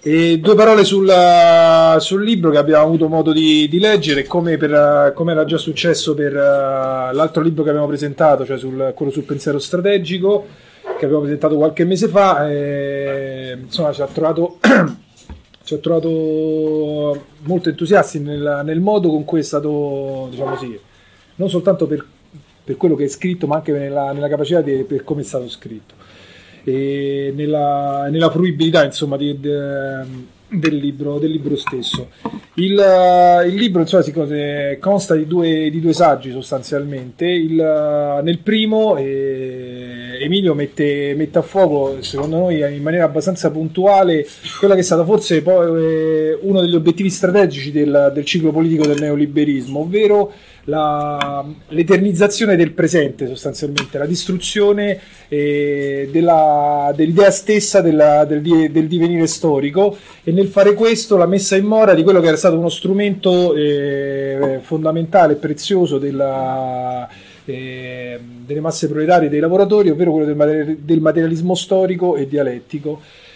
E due parole sul libro che abbiamo avuto modo di leggere, come era già successo per l'altro libro che abbiamo presentato, cioè quello sul pensiero strategico, che abbiamo presentato qualche mese fa. Insomma, ci ha trovato molto entusiasti nel modo con cui è stato, diciamo così, non soltanto per quello che è scritto, ma anche nella capacità per come è stato scritto e nella fruibilità, insomma, del libro stesso. Il libro, insomma, consta di due saggi sostanzialmente. Nel primo Emilio mette a fuoco, secondo noi in maniera abbastanza puntuale, quella che è stata forse poi uno degli obiettivi strategici del ciclo politico del neoliberismo, ovvero l'eternizzazione del presente, sostanzialmente la distruzione dell'idea stessa del divenire storico, e nel fare questo la messa in mora di quello che era stato uno strumento fondamentale e prezioso delle masse proletarie e dei lavoratori, ovvero quello del materialismo storico e dialettico.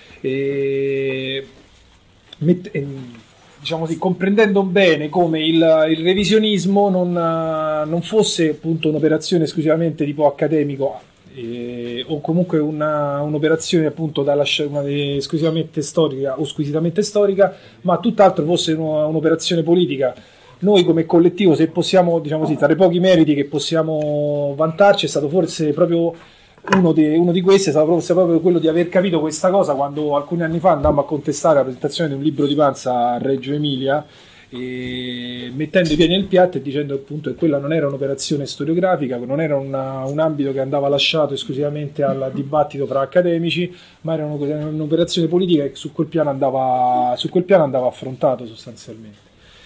Diciamo così, comprendendo bene come il revisionismo non fosse appunto un'operazione esclusivamente tipo accademico, o comunque un'operazione appunto esclusivamente storica o squisitamente storica, ma tutt'altro fosse un'operazione politica. Noi come collettivo, se possiamo, diciamo così, tra i pochi meriti che possiamo vantarci, è stato forse proprio uno di questi, è stato proprio quello di aver capito questa cosa quando alcuni anni fa andammo a contestare la presentazione di un libro di Panza a Reggio Emilia, mettendo i piedi nel piatto e dicendo appunto che quella non era un'operazione storiografica, non era un ambito che andava lasciato esclusivamente al dibattito fra accademici, ma era un'operazione politica che su quel piano andava affrontato sostanzialmente.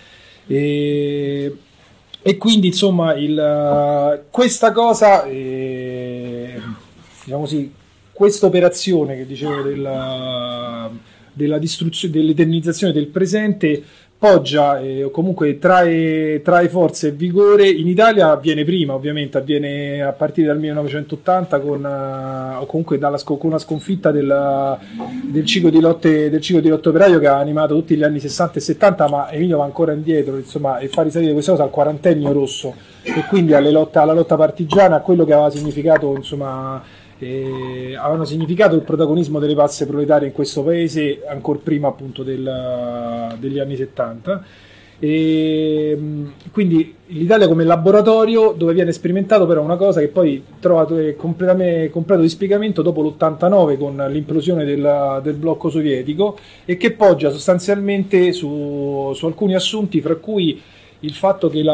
E quindi insomma questa cosa, diciamo così, questa operazione che dicevo della distruzione, dell'eternizzazione del presente, poggia o comunque trae forza e vigore in Italia. Avviene prima, ovviamente, avviene a partire dal 1980 o comunque con una sconfitta del ciclo di lotte operaio che ha animato tutti gli anni 60 e 70, ma Emilio va ancora indietro, insomma, e fa risalire questa cosa al quarantennio rosso, e quindi alla lotta partigiana, a quello che aveva significato, insomma, avevano significato il protagonismo delle masse proletarie in questo paese ancora prima appunto degli anni 70, e quindi l'Italia come laboratorio dove viene sperimentato però una cosa che poi trova completo dispiegamento dopo l'89 con l'implosione del blocco sovietico, e che poggia sostanzialmente su alcuni assunti, fra cui il fatto che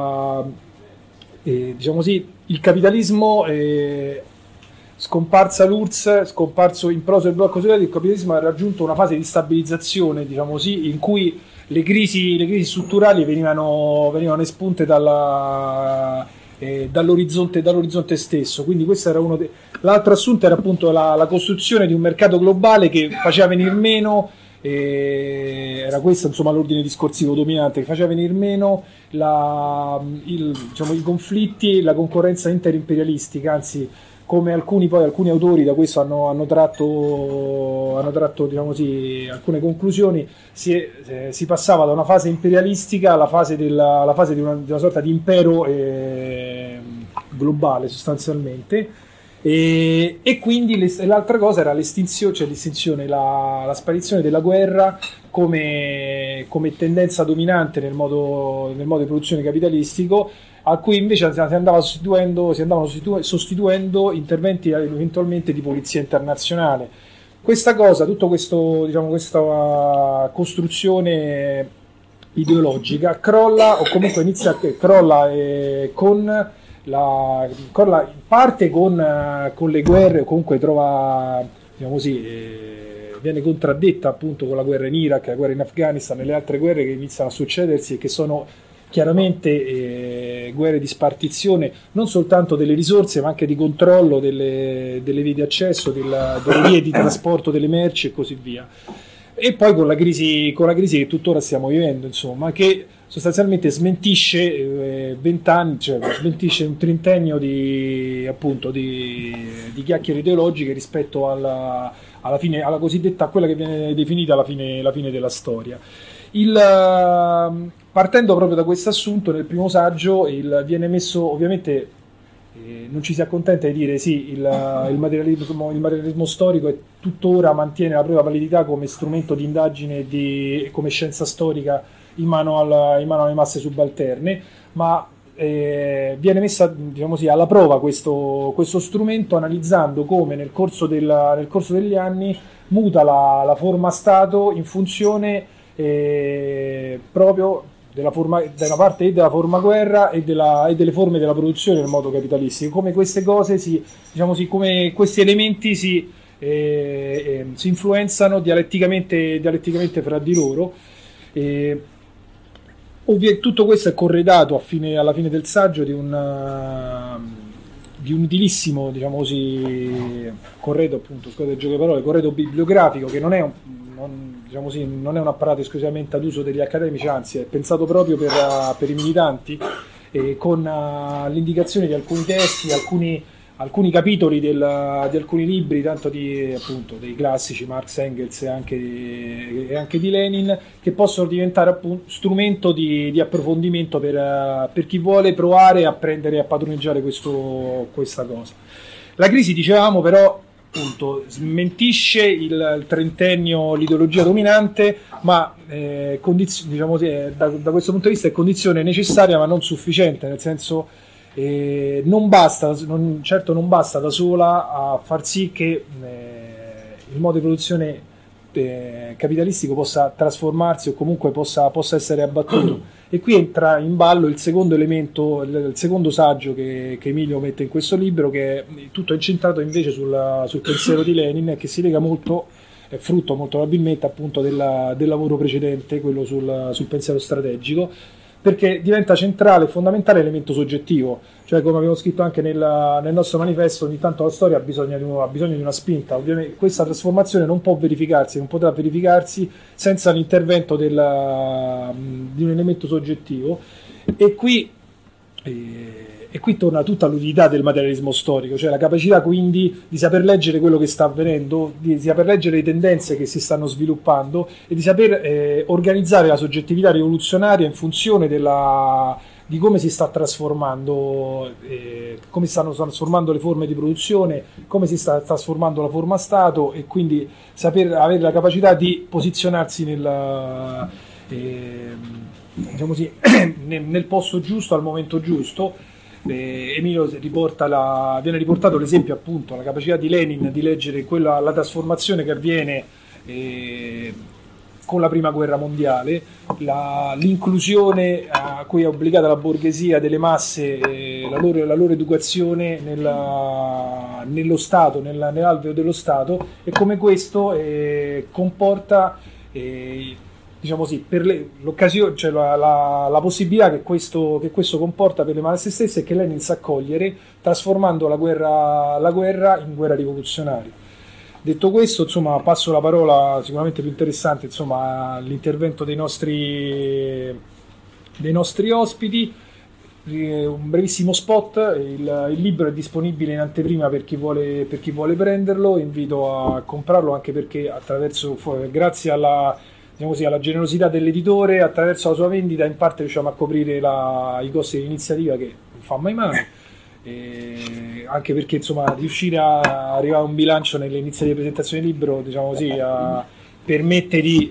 diciamo così, il capitalismo scomparso in proso del blocco sovietico, il capitalismo ha raggiunto una fase di stabilizzazione, diciamo così, in cui le crisi strutturali venivano espunte dall'orizzonte stesso. Quindi questo era l'altro assunto, era appunto la costruzione di un mercato globale che faceva venir meno, era questo insomma l'ordine discorsivo dominante, che faceva venir meno diciamo, i conflitti e la concorrenza interimperialistica, anzi, come alcuni autori da questo hanno tratto diciamo così, alcune conclusioni, si passava da una fase imperialistica alla fase di una sorta di impero globale sostanzialmente, e quindi l'altra cosa era l'estinzione, la sparizione della guerra come tendenza dominante nel modo di produzione capitalistico, a cui invece si andavano sostituendo interventi eventualmente di polizia internazionale. Questa cosa, tutto questo, diciamo, questa costruzione ideologica crolla, o comunque crolla parte con le guerre, o comunque trova, diciamo così, viene contraddetta appunto con la guerra in Iraq, la guerra in Afghanistan e le altre guerre che iniziano a succedersi e che sono chiaramente guerre di spartizione non soltanto delle risorse, ma anche di controllo delle vie di accesso, delle vie di trasporto delle merci e così via. E poi con la crisi che tuttora stiamo vivendo, insomma, che sostanzialmente smentisce 20 anni, cioè smentisce un trentennio di chiacchiere ideologiche rispetto alla fine, alla cosiddetta, quella che viene definita la fine della storia. Partendo proprio da questo assunto, nel primo saggio viene messo, ovviamente non ci si accontenta di dire sì, il materialismo storico è tuttora mantiene la propria validità come strumento di indagine e come scienza storica in mano alle masse subalterne, ma viene messa, diciamo così, alla prova questo strumento, analizzando come nel corso degli anni muta la forma Stato in funzione proprio da una parte della forma guerra e delle forme della produzione nel modo capitalistico, come queste cose come questi elementi si influenzano dialetticamente fra di loro. Tutto questo è corredato alla fine del saggio di un utilissimo, diciamo così, corredo, appunto, scusate il gioco di parole, corredo bibliografico, che non è un apparato esclusivamente ad uso degli accademici, anzi è pensato proprio per i militanti, con l'indicazione di alcuni testi, alcuni capitoli di alcuni libri, tanto appunto dei classici Marx, Engels e anche di Lenin, che possono diventare appunto strumento di approfondimento per chi vuole provare a prendere e a padroneggiare questa cosa. La crisi, dicevamo, però appunto smentisce il trentennio, l'ideologia dominante, ma da questo punto di vista è condizione necessaria ma non sufficiente, nel senso non basta da sola a far sì che il modo di produzione capitalistico possa trasformarsi o comunque possa essere abbattuto. E qui entra in ballo il secondo elemento, il secondo saggio che Emilio mette in questo libro, che è tutto incentrato invece sul pensiero di Lenin, e che si lega molto, è frutto molto probabilmente appunto del lavoro precedente, quello sul pensiero strategico, perché diventa centrale e fondamentale l'elemento soggettivo, cioè come abbiamo scritto anche nel nostro manifesto, ogni tanto la storia ha bisogno di una spinta. Ovviamente questa trasformazione non potrà verificarsi senza l'intervento di un elemento soggettivo, e qui torna tutta l'utilità del materialismo storico, cioè la capacità quindi di saper leggere quello che sta avvenendo, di saper leggere le tendenze che si stanno sviluppando e di saper organizzare la soggettività rivoluzionaria in funzione di come si sta trasformando, come si stanno trasformando le forme di produzione, come si sta trasformando la forma Stato, e quindi saper avere la capacità di posizionarsi nel posto giusto al momento giusto. Emilio viene riportato l'esempio, appunto, la capacità di Lenin di leggere la trasformazione che avviene con la prima guerra mondiale, l'inclusione a cui è obbligata la borghesia delle masse, la loro educazione nello Stato, nell'alveo dello Stato, e come questo comporta diciamo così, per l'occasione, cioè la possibilità che questo comporta per le masse stesse, e che Lenin sa cogliere, trasformando la guerra in guerra rivoluzionaria. Detto questo, insomma, passo la parola, sicuramente più interessante, insomma, all'intervento dei nostri ospiti. Un brevissimo spot: il libro è disponibile in anteprima per chi vuole prenderlo. Invito a comprarlo, anche perché grazie alla generosità dell'editore, attraverso la sua vendita in parte riusciamo a coprire i costi dell'iniziativa, che non fa mai male, anche perché, insomma, riuscire a arrivare a un bilancio nelle iniziative di presentazione del libro, diciamo così, permette di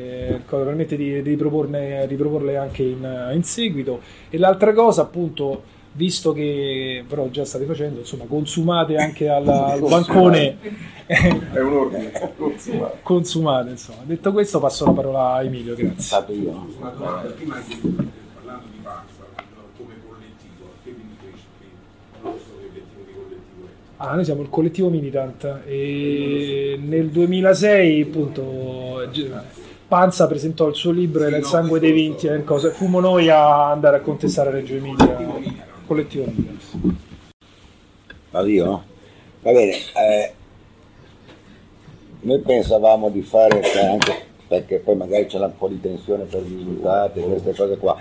riproporle anche in seguito. E l'altra cosa, appunto, visto che però già state facendo, insomma, consumate anche al bancone, è un ordine, consumate, insomma. Detto questo, passo la parola a Emilio, grazie. Io. Una domanda, prima parlando di pasta, come collettivo, che vi dice? Non so che obiettivo di collettivo è. Noi siamo il collettivo Militant, e nel 2006, appunto, Panza presentò il suo libro, era il sangue dei vinti, fummo noi a andare a contestare a Reggio Emilia. Collettivo Militant. Vado io? Va bene, noi pensavamo di fare, anche perché poi magari c'è un po' di tensione per i risultati, queste cose qua,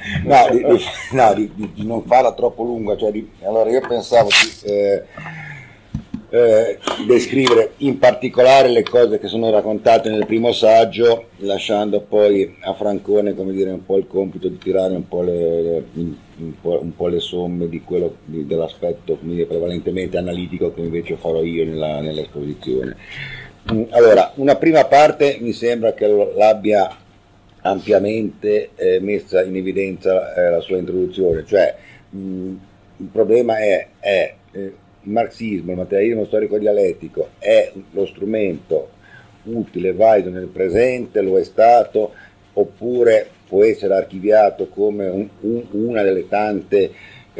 di non farla troppo lunga, allora io pensavo descrivere in particolare le cose che sono raccontate nel primo saggio, lasciando poi a Francone, come dire, un po' il compito di tirare un po' le somme di quello, dell'aspetto, come dire, prevalentemente analitico, che invece farò io nell'esposizione. Allora, una prima parte mi sembra che l'abbia ampiamente messa in evidenza la sua introduzione, cioè il problema è il marxismo, il materialismo storico-dialettico è lo strumento utile, valido nel presente, lo è stato, oppure può essere archiviato come una delle tante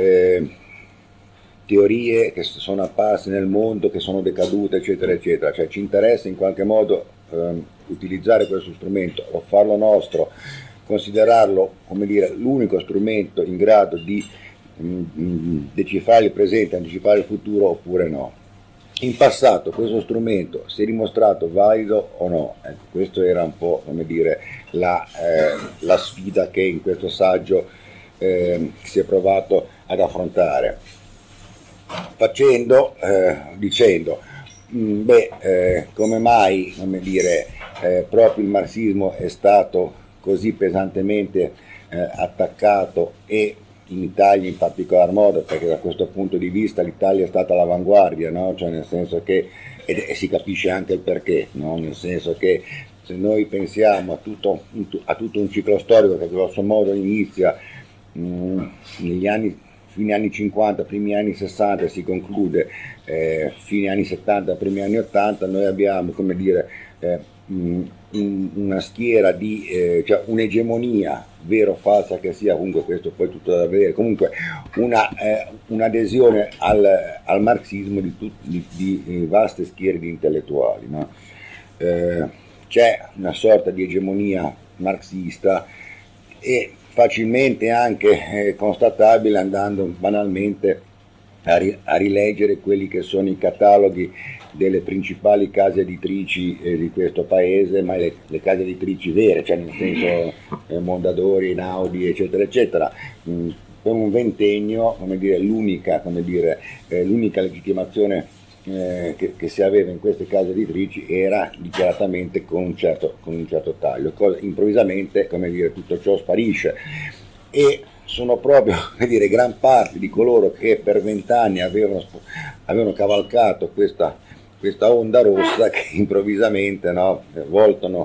teorie che sono apparse nel mondo, che sono decadute, eccetera, eccetera. Cioè ci interessa in qualche modo utilizzare questo strumento o farlo nostro, considerarlo, come dire, l'unico strumento in grado di decifrare il presente, anticipare il futuro, oppure no. In passato questo strumento si è dimostrato valido o no? Ecco, questo era un po', come dire, la sfida che in questo saggio si è provato ad affrontare, dicendo come mai, come dire, proprio il marxismo è stato così pesantemente attaccato, e in Italia in particolar modo, perché da questo punto di vista l'Italia è stata all'avanguardia, no? Cioè nel senso che, e si capisce anche il perché, no? Nel senso che se noi pensiamo a tutto un ciclo storico che grosso modo inizia fine anni 50, primi anni 60 e si conclude fine anni 70, primi anni 80, noi abbiamo, come dire, una schiera di, cioè un'egemonia, vero o falsa che sia, comunque questo poi tutto da vedere, comunque un'adesione al marxismo di vaste schiere di intellettuali, no? C'è una sorta di egemonia marxista, e facilmente anche constatabile andando banalmente a rileggere quelli che sono i cataloghi delle principali case editrici di questo paese, ma le case editrici vere, cioè nel senso Mondadori, Einaudi, eccetera, eccetera. Per un ventennio, come dire, l'unica legittimazione che si aveva in queste case editrici era dichiaratamente con un certo taglio. Improvvisamente, come dire, tutto ciò sparisce, e sono proprio, come dire, gran parte di coloro che per 20 anni avevano cavalcato questa onda rossa, che improvvisamente, no, voltano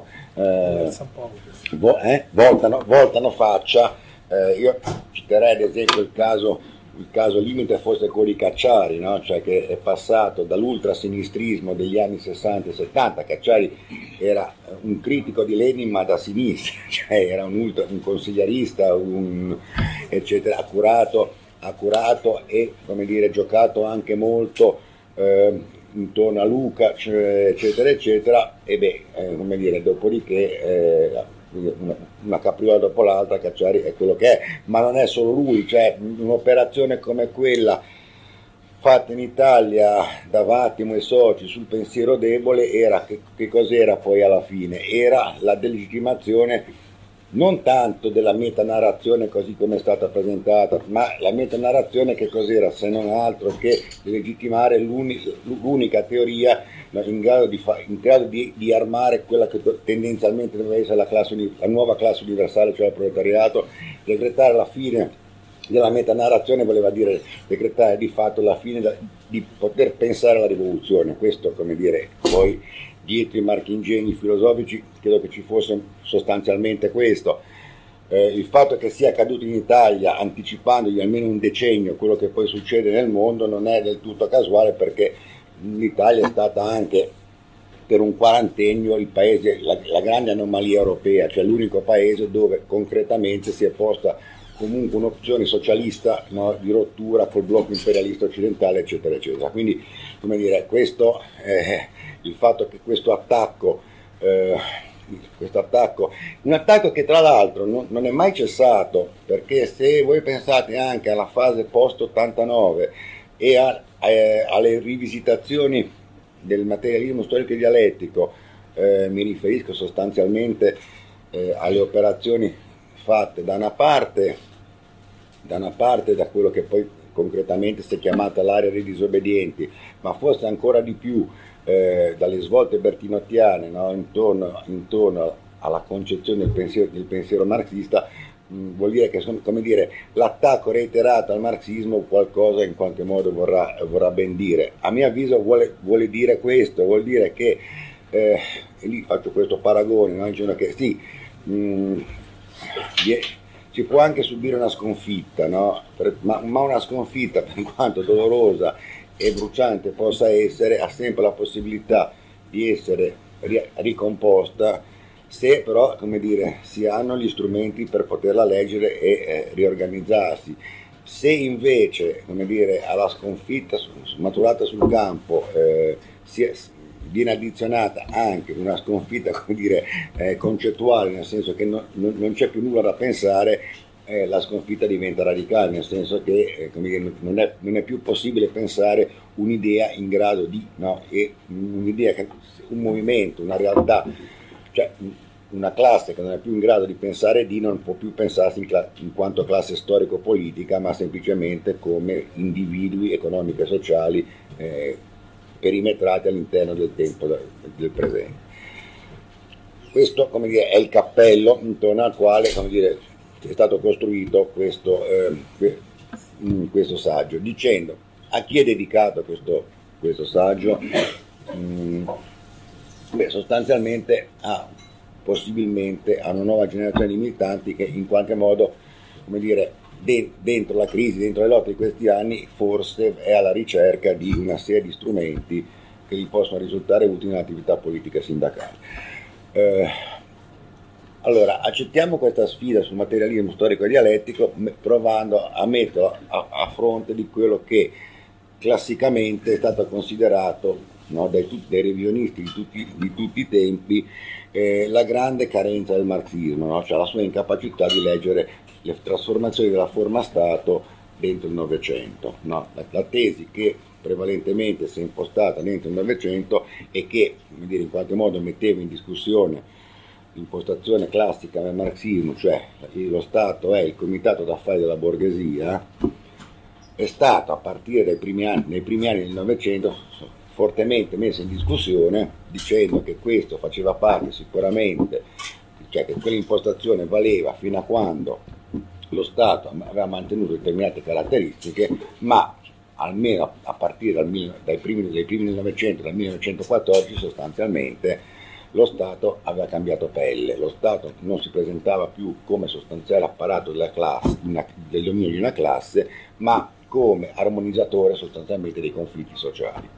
faccia. Io citerei ad esempio il caso limite fosse quello di Cacciari, no? Cioè che è passato dall'ultrasinistrismo degli anni 60 e 70. Cacciari era un critico di Lenin ma da sinistra, cioè era un consiglierista, eccetera, accurato e, come dire, giocato anche molto intorno a Luca, eccetera, eccetera, e come dire, dopodiché una capriola dopo l'altra, Cacciari è quello che è, ma non è solo lui, cioè un'operazione come quella fatta in Italia da Vattimo e soci sul pensiero debole era, che cos'era poi alla fine? Era la delegittimazione non tanto della metanarrazione così come è stata presentata, ma la metanarrazione che cos'era se non altro che legittimare l'unica teoria in grado di armare quella che tendenzialmente doveva essere la nuova classe universale, cioè il proletariato. Decretare la fine della metanarrazione voleva dire decretare di fatto la fine di poter pensare alla rivoluzione. Questo, come dire, poi dietro i marchingegni filosofici credo che ci fosse sostanzialmente questo. Il fatto che sia accaduto in Italia anticipandogli almeno un decennio quello che poi succede nel mondo non è del tutto casuale, perché l'Italia è stata anche per un quarantennio il paese, la grande anomalia europea, cioè l'unico paese dove concretamente si è posta comunque un'opzione socialista, no, di rottura col blocco imperialista occidentale, eccetera, eccetera. Quindi, come dire, questo il fatto che questo attacco, un attacco che tra l'altro non è mai cessato, perché se voi pensate anche alla fase post-89 e alle rivisitazioni del materialismo storico e dialettico, mi riferisco sostanzialmente alle operazioni fatte da una parte da quello che poi concretamente si è chiamata l'area dei disobbedienti, ma forse ancora di più dalle svolte bertinottiane, no? intorno alla concezione del pensiero marxista, vuol dire che come dire, l'attacco reiterato al marxismo qualcosa in qualche modo vorrà ben dire. A mio avviso vuole dire questo, vuol dire che, e lì faccio questo paragone, no? Dicendo che sì, si può anche subire una sconfitta, no? ma una sconfitta, per quanto dolorosa e bruciante possa essere, ha sempre la possibilità di essere ricomposta, se però, come dire, si hanno gli strumenti per poterla leggere e riorganizzarsi. Se invece, come dire, alla sconfitta maturata sul campo viene addizionata anche una sconfitta, come dire, concettuale, nel senso che non c'è più nulla da pensare, la sconfitta diventa radicale, nel senso che come dire, non è più possibile pensare un'idea in grado di, no, un'idea, un movimento, una realtà, cioè una classe che non è più in grado di pensare non può più pensarsi in quanto classe storico-politica, ma semplicemente come individui economici e sociali perimetrati all'interno del tempo del presente. Questo, come dire, è il cappello intorno al quale, come dire, è stato costruito questo saggio, dicendo a chi è dedicato questo saggio. Sostanzialmente possibilmente a una nuova generazione di militanti che in qualche modo, come dire, dentro la crisi, dentro le lotte di questi anni, forse è alla ricerca di una serie di strumenti che gli possono risultare utili nell'attività politica e sindacale. Allora, accettiamo questa sfida sul materialismo storico e dialettico, provando a metterlo a fronte di quello che classicamente è stato considerato, no, dai revionisti di tutti i tempi, la grande carenza del marxismo, no? Cioè la sua incapacità di leggere le trasformazioni della forma Stato dentro il Novecento. No? La tesi che prevalentemente si è impostata dentro il Novecento e che, come dire, in qualche modo metteva in discussione l'impostazione classica del marxismo, cioè lo Stato è il comitato d'affari della borghesia, è stato a partire nei primi anni del Novecento fortemente messa in discussione, dicendo che questo faceva parte sicuramente, cioè che quell'impostazione valeva fino a quando lo Stato aveva mantenuto determinate caratteristiche, ma almeno a partire dai primi del Novecento, dal 1914 sostanzialmente, lo Stato aveva cambiato pelle. Lo Stato non si presentava più come sostanziale apparato della classe, del dominio di una classe, ma come armonizzatore sostanzialmente dei conflitti sociali.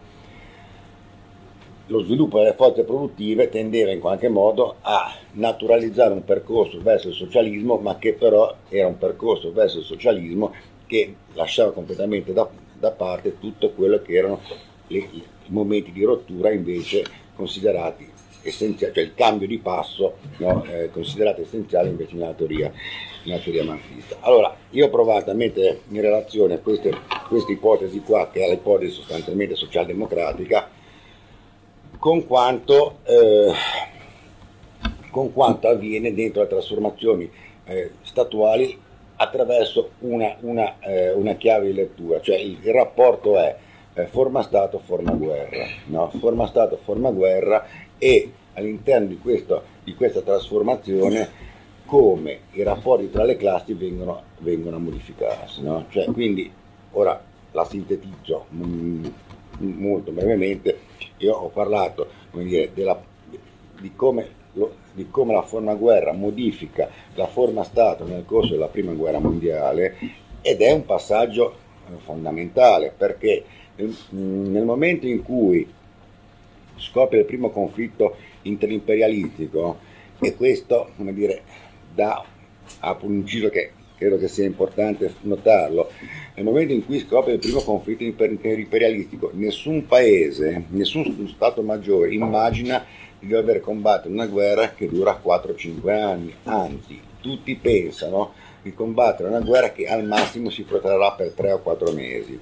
Lo sviluppo delle forze produttive tendeva in qualche modo a naturalizzare un percorso verso il socialismo, ma che però era un percorso verso il socialismo che lasciava completamente da parte tutto quello che erano i momenti di rottura invece considerati essenziali, cioè il cambio di passo, no, considerato essenziale invece nella teoria marxista. Allora, io ho provato a mettere in relazione queste ipotesi qua, che è l'ipotesi sostanzialmente socialdemocratica, con quanto avviene dentro le trasformazioni statuali attraverso una chiave di lettura, cioè il rapporto è forma Stato, forma guerra, no? Forma Stato, forma guerra, e all'interno di questa trasformazione come i rapporti tra le classi vengono a modificarsi, no? Cioè, quindi ora la sintetizzo molto brevemente. Io ho parlato, come dire, di come la forma guerra modifica la forma Stato nel corso della prima guerra mondiale, ed è un passaggio fondamentale, perché nel momento in cui scoppia il primo conflitto interimperialistico, e questo, come dire, ha un inciso che credo che sia importante notarlo, nel momento in cui scoppia il primo conflitto interimperialistico, nessun paese, nessun Stato maggiore immagina di dover combattere una guerra che dura 4-5 anni, anzi tutti pensano di combattere una guerra che al massimo si protrarrà per 3 o 4 mesi.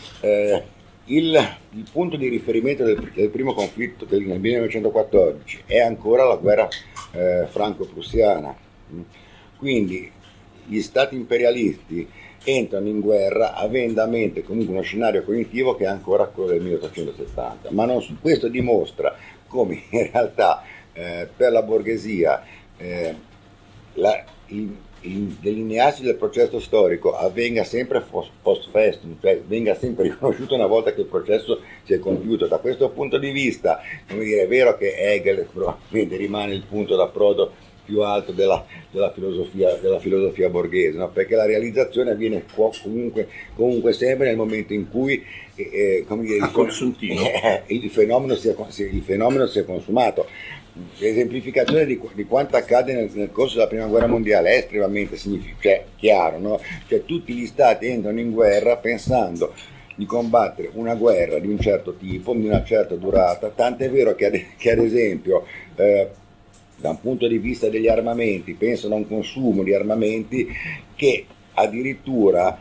Il punto di riferimento del primo conflitto nel 1914 è ancora la guerra franco-prussiana, quindi gli stati imperialisti entrano in guerra avendo a mente comunque uno scenario cognitivo che è ancora quello del 1870, ma questo dimostra come in realtà per la borghesia il delinearsi del processo storico avvenga sempre post festum, cioè venga sempre riconosciuto una volta che il processo si è compiuto. Da questo punto di vista, come dire, è vero che Hegel probabilmente rimane il punto d'approdo più alto della filosofia borghese, no? Perché la realizzazione avviene comunque sempre nel momento in cui come dire, il fenomeno si è consumato. L'esemplificazione di quanto accade nel corso della prima guerra mondiale è estremamente chiaro, no? Cioè, tutti gli stati entrano in guerra pensando di combattere una guerra di un certo tipo, di una certa durata, tant'è vero che ad esempio da un punto di vista degli armamenti pensano a un consumo di armamenti che addirittura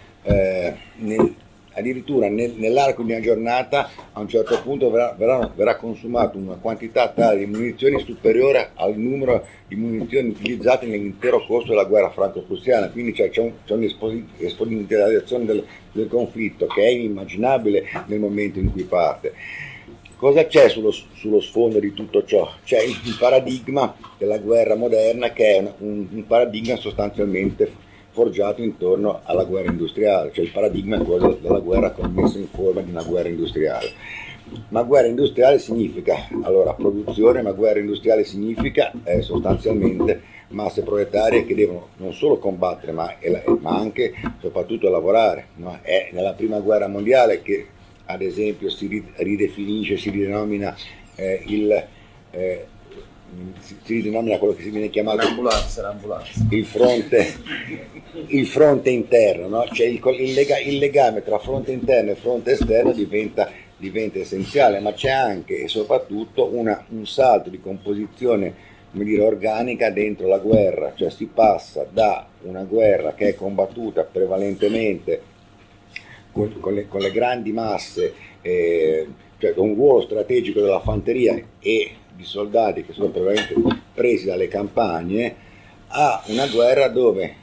nell'arco di una giornata a un certo punto verrà consumata una quantità tale di munizioni superiore al numero di munizioni utilizzate nell'intero corso della guerra franco-prussiana, quindi c'è un'esponenzializzazione del conflitto che è inimmaginabile nel momento in cui parte. Cosa c'è sullo sfondo di tutto ciò? C'è il paradigma della guerra moderna, che è un paradigma sostanzialmente forgiato intorno alla guerra industriale, cioè il paradigma è quello della guerra commesso in forma di una guerra industriale. Ma guerra industriale significa, allora, produzione, ma guerra industriale significa sostanzialmente masse proletarie che devono non solo combattere, ma anche soprattutto lavorare, no? È nella prima guerra mondiale che ad esempio si ridefinisce, si ridenomina quello che si viene chiamato l'ambulanza. Il fronte interno, no? Cioè il legame tra fronte interno e fronte esterno diventa essenziale, ma c'è anche e soprattutto un salto di composizione, come dire, organica dentro la guerra, cioè si passa da una guerra che è combattuta prevalentemente con le grandi masse, cioè un ruolo strategico della fanteria e di soldati che sono prevalentemente presi dalle campagne, a una guerra dove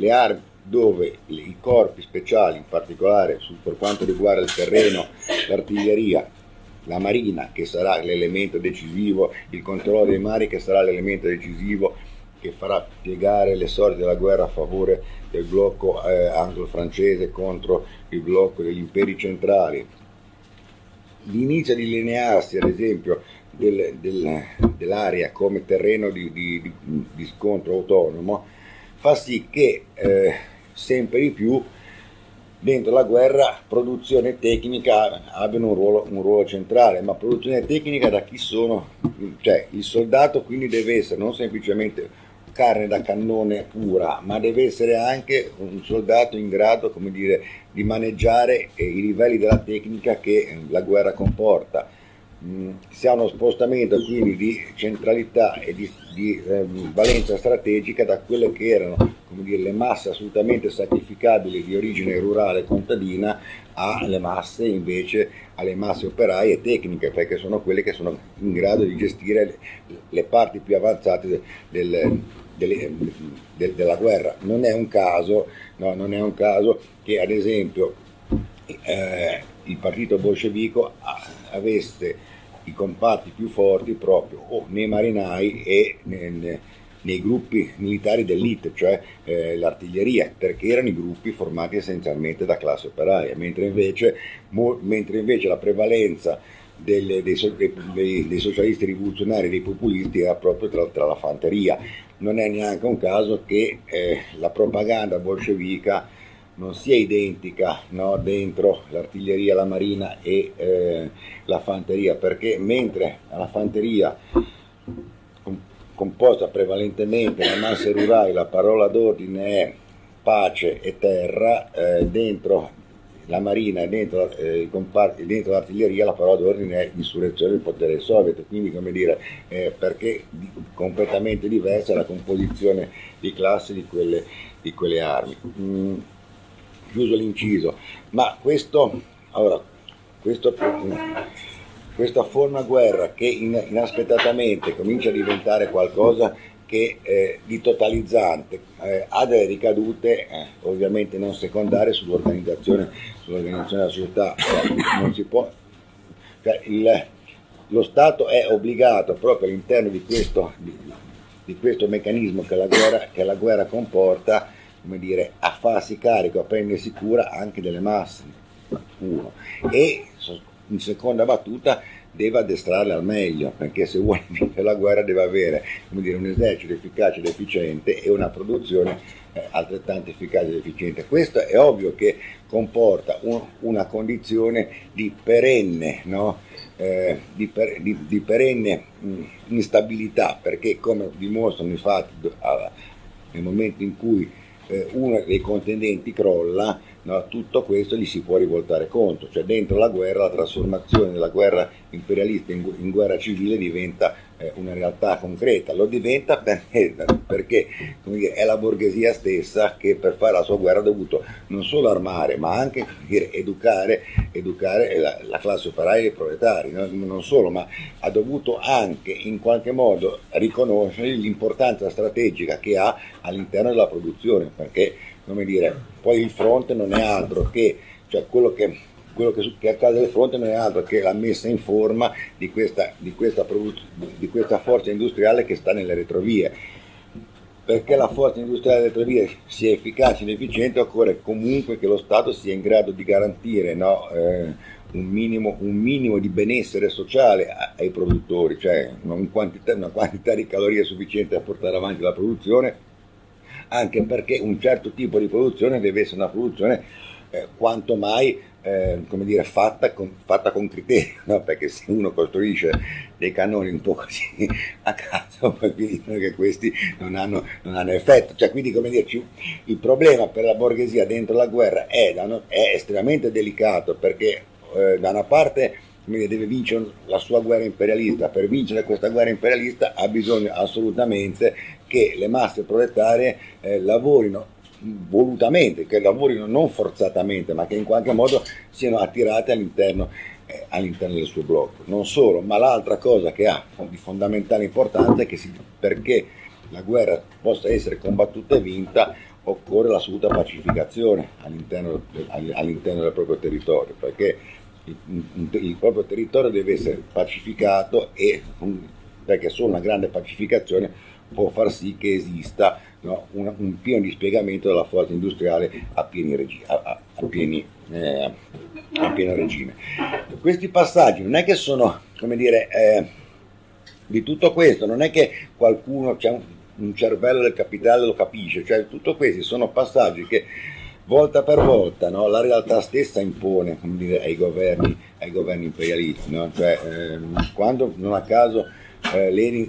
i corpi speciali, in particolare per quanto riguarda il terreno, l'artiglieria, la marina, che sarà l'elemento decisivo, il controllo dei mari, che sarà l'elemento decisivo che farà piegare le sorti della guerra a favore del blocco anglo-francese contro il blocco degli imperi centrali. L'inizio di linearsi, ad esempio, dell'area come terreno di scontro autonomo fa sì che sempre di più dentro la guerra produzione e tecnica abbiano un ruolo centrale, ma produzione tecnica da chi sono? Cioè il soldato quindi deve essere non semplicemente carne da cannone pura, ma deve essere anche un soldato in grado, come dire, di maneggiare i livelli della tecnica che la guerra comporta. Si ha uno spostamento quindi di centralità e di valenza strategica da quelle che erano, come dire, le masse assolutamente sacrificabili di origine rurale e contadina alle masse operaie e tecniche, perché sono quelle che sono in grado di gestire le parti più avanzate della guerra. Non è un caso che ad esempio il partito bolscevico avesse i comparti più forti proprio nei marinai e nei gruppi militari d'élite, cioè l'artiglieria, perché erano i gruppi formati essenzialmente da classe operaia, mentre invece la prevalenza dei socialisti rivoluzionari e dei populisti era proprio tra la fanteria. Non è neanche un caso che la propaganda bolscevica non sia identica, no, dentro l'artiglieria, la marina e la fanteria, perché mentre la fanteria composta prevalentemente da masse rurali, la parola d'ordine è pace e terra, dentro la marina e dentro i comparti, dentro l'artiglieria la parola d'ordine è insurrezione del potere soviet, quindi come dire, perché completamente diversa la composizione di classe di quelle armi. Chiuso l'inciso, ma questa forma guerra che inaspettatamente comincia a diventare qualcosa di totalizzante ha delle ricadute ovviamente non secondarie sull'organizzazione della società. Non si può, cioè lo Stato è obbligato proprio all'interno di questo meccanismo che la guerra comporta, come dire, a farsi carico, a prendersi cura anche delle masse, uno, e in seconda battuta deve addestrarle al meglio, perché se vuole vincere la guerra deve avere, come dire, un esercito efficace ed efficiente e una produzione altrettanto efficace ed efficiente. Questo è ovvio che comporta una condizione di perenne, no? Di perenne instabilità, perché come dimostrano i fatti nel momento in cui uno dei contendenti crolla, no, tutto questo gli si può rivoltare contro, cioè dentro la guerra la trasformazione della guerra imperialista in guerra civile diventa una realtà concreta. Lo diventa perché come dire, è la borghesia stessa che per fare la sua guerra ha dovuto non solo armare ma anche, come dire, educare la classe operaia e i proletari, no? Non solo, ma ha dovuto anche in qualche modo riconoscere l'importanza strategica che ha all'interno della produzione, perché, come dire, poi il fronte non è altro che, cioè quello che accade al fronte non è altro che la messa in forma di questa forza industriale che sta nelle retrovie. Perché la forza industriale delle retrovie sia efficace ed efficiente occorre comunque che lo Stato sia in grado di garantire, no, un minimo di benessere sociale ai produttori, cioè una quantità di calorie sufficiente a portare avanti la produzione, anche perché un certo tipo di produzione deve essere una produzione quanto mai come dire, fatta con criterio, no? Perché se uno costruisce dei cannoni un po' così a caso, poi finiscono che questi non hanno effetto. Cioè, quindi, come dirci, il problema per la borghesia dentro la guerra è estremamente delicato, perché da una parte deve vincere la sua guerra imperialista. Per vincere questa guerra imperialista ha bisogno assolutamente che le masse proletarie lavorino volutamente, che lavorino non forzatamente, ma che in qualche modo siano attirate all'interno del suo blocco. Non solo, ma l'altra cosa che ha di fondamentale importanza è che perché la guerra possa essere combattuta e vinta occorre l'assoluta pacificazione all'interno del proprio territorio, perché il proprio territorio deve essere pacificato, e perché solo una grande pacificazione può far sì che esista, no, un pieno dispiegamento della forza industriale a pieno regime. Questi passaggi non è che sono, come dire, di tutto questo, non è che qualcuno c'è un cervello del capitale lo capisce, cioè tutto questi sono passaggi che volta per volta, no, la realtà stessa impone, come dire, ai governi imperialisti, no? Cioè, quando non a caso Lenin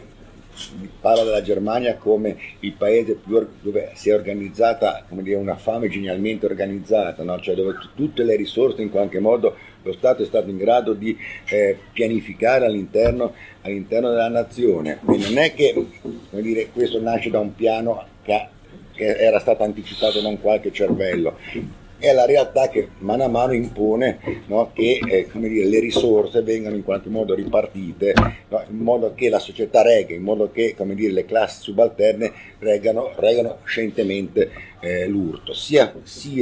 parla della Germania come il paese dove si è organizzata, come dire, una fame genialmente organizzata, no? Cioè dove tutte le risorse in qualche modo lo Stato è stato in grado di pianificare all'interno della nazione. E non è che, come dire, questo nasce da un piano che era stato anticipato da un qualche cervello. È la realtà che mano a mano impone, no, che come dire, le risorse vengano in qualche modo ripartite, no, in modo che la società regga, in modo che, come dire, le classi subalterne reggano scientemente l'urto, sia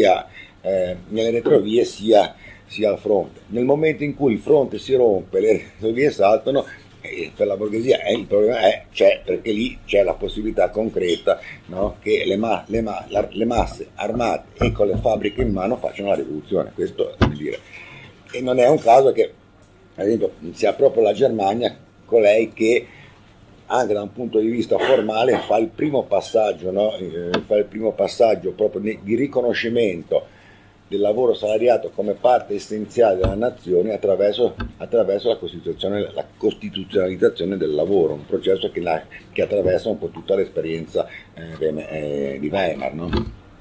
nelle retrovie sia al fronte. Nel momento in cui il fronte si rompe, le retrovie saltano, per la borghesia il problema c'è, perché lì c'è la possibilità concreta, no, che le masse armate e con le fabbriche in mano facciano la rivoluzione. Questo vuol dire. E non è un caso che, ad esempio, sia proprio la Germania colei che anche da un punto di vista formale fa il primo passaggio, no? Fa il primo passaggio proprio di riconoscimento del lavoro salariato come parte essenziale della nazione attraverso la costituzionalizzazione del lavoro, un processo che attraversa un po' tutta l'esperienza di Weimar, no?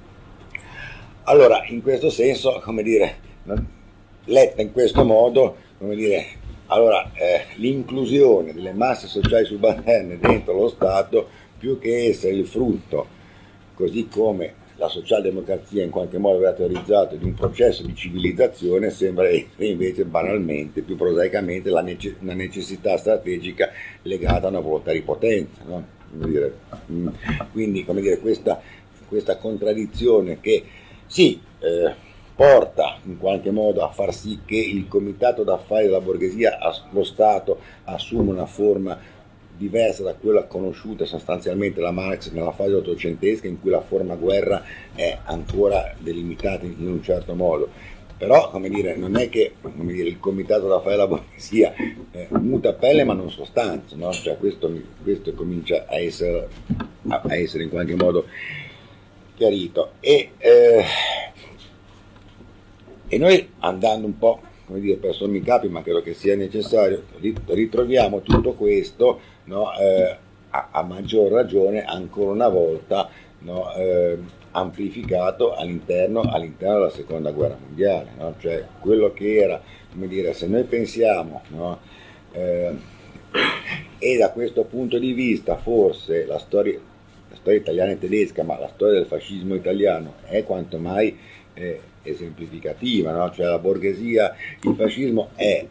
Allora, in questo senso, come dire, letta in questo modo, come dire, allora l'inclusione delle masse sociali subalterne dentro lo Stato, più che essere il frutto, così come la socialdemocrazia in qualche modo aveva teorizzato, di un processo di civilizzazione, sembra essere invece banalmente, più prosaicamente, una necessità strategica legata a una volontà di potenza, no? come dire. Quindi, come dire, questa contraddizione che sì, porta in qualche modo a far sì che il comitato d'affari della borghesia, lo Stato, assuma una forma diversa da quella conosciuta sostanzialmente da Marx nella fase ottocentesca, in cui la forma guerra è ancora delimitata in un certo modo. Però, come dire, non è che, come dire, il comitato d'affari della borghesia muta pelle ma non sostanza, no? Cioè questo comincia a essere in qualche modo chiarito. E noi, andando un po', come dire, per sommi capi, ma credo che sia necessario, ritroviamo tutto questo, no, a maggior ragione ancora una volta, no, amplificato all'interno della seconda guerra mondiale, no? Cioè quello che era, come dire, se noi pensiamo, no, e da questo punto di vista forse la storia italiana e tedesca, ma la storia del fascismo italiano è quanto mai esemplificativa, no? Cioè la borghesia, il fascismo è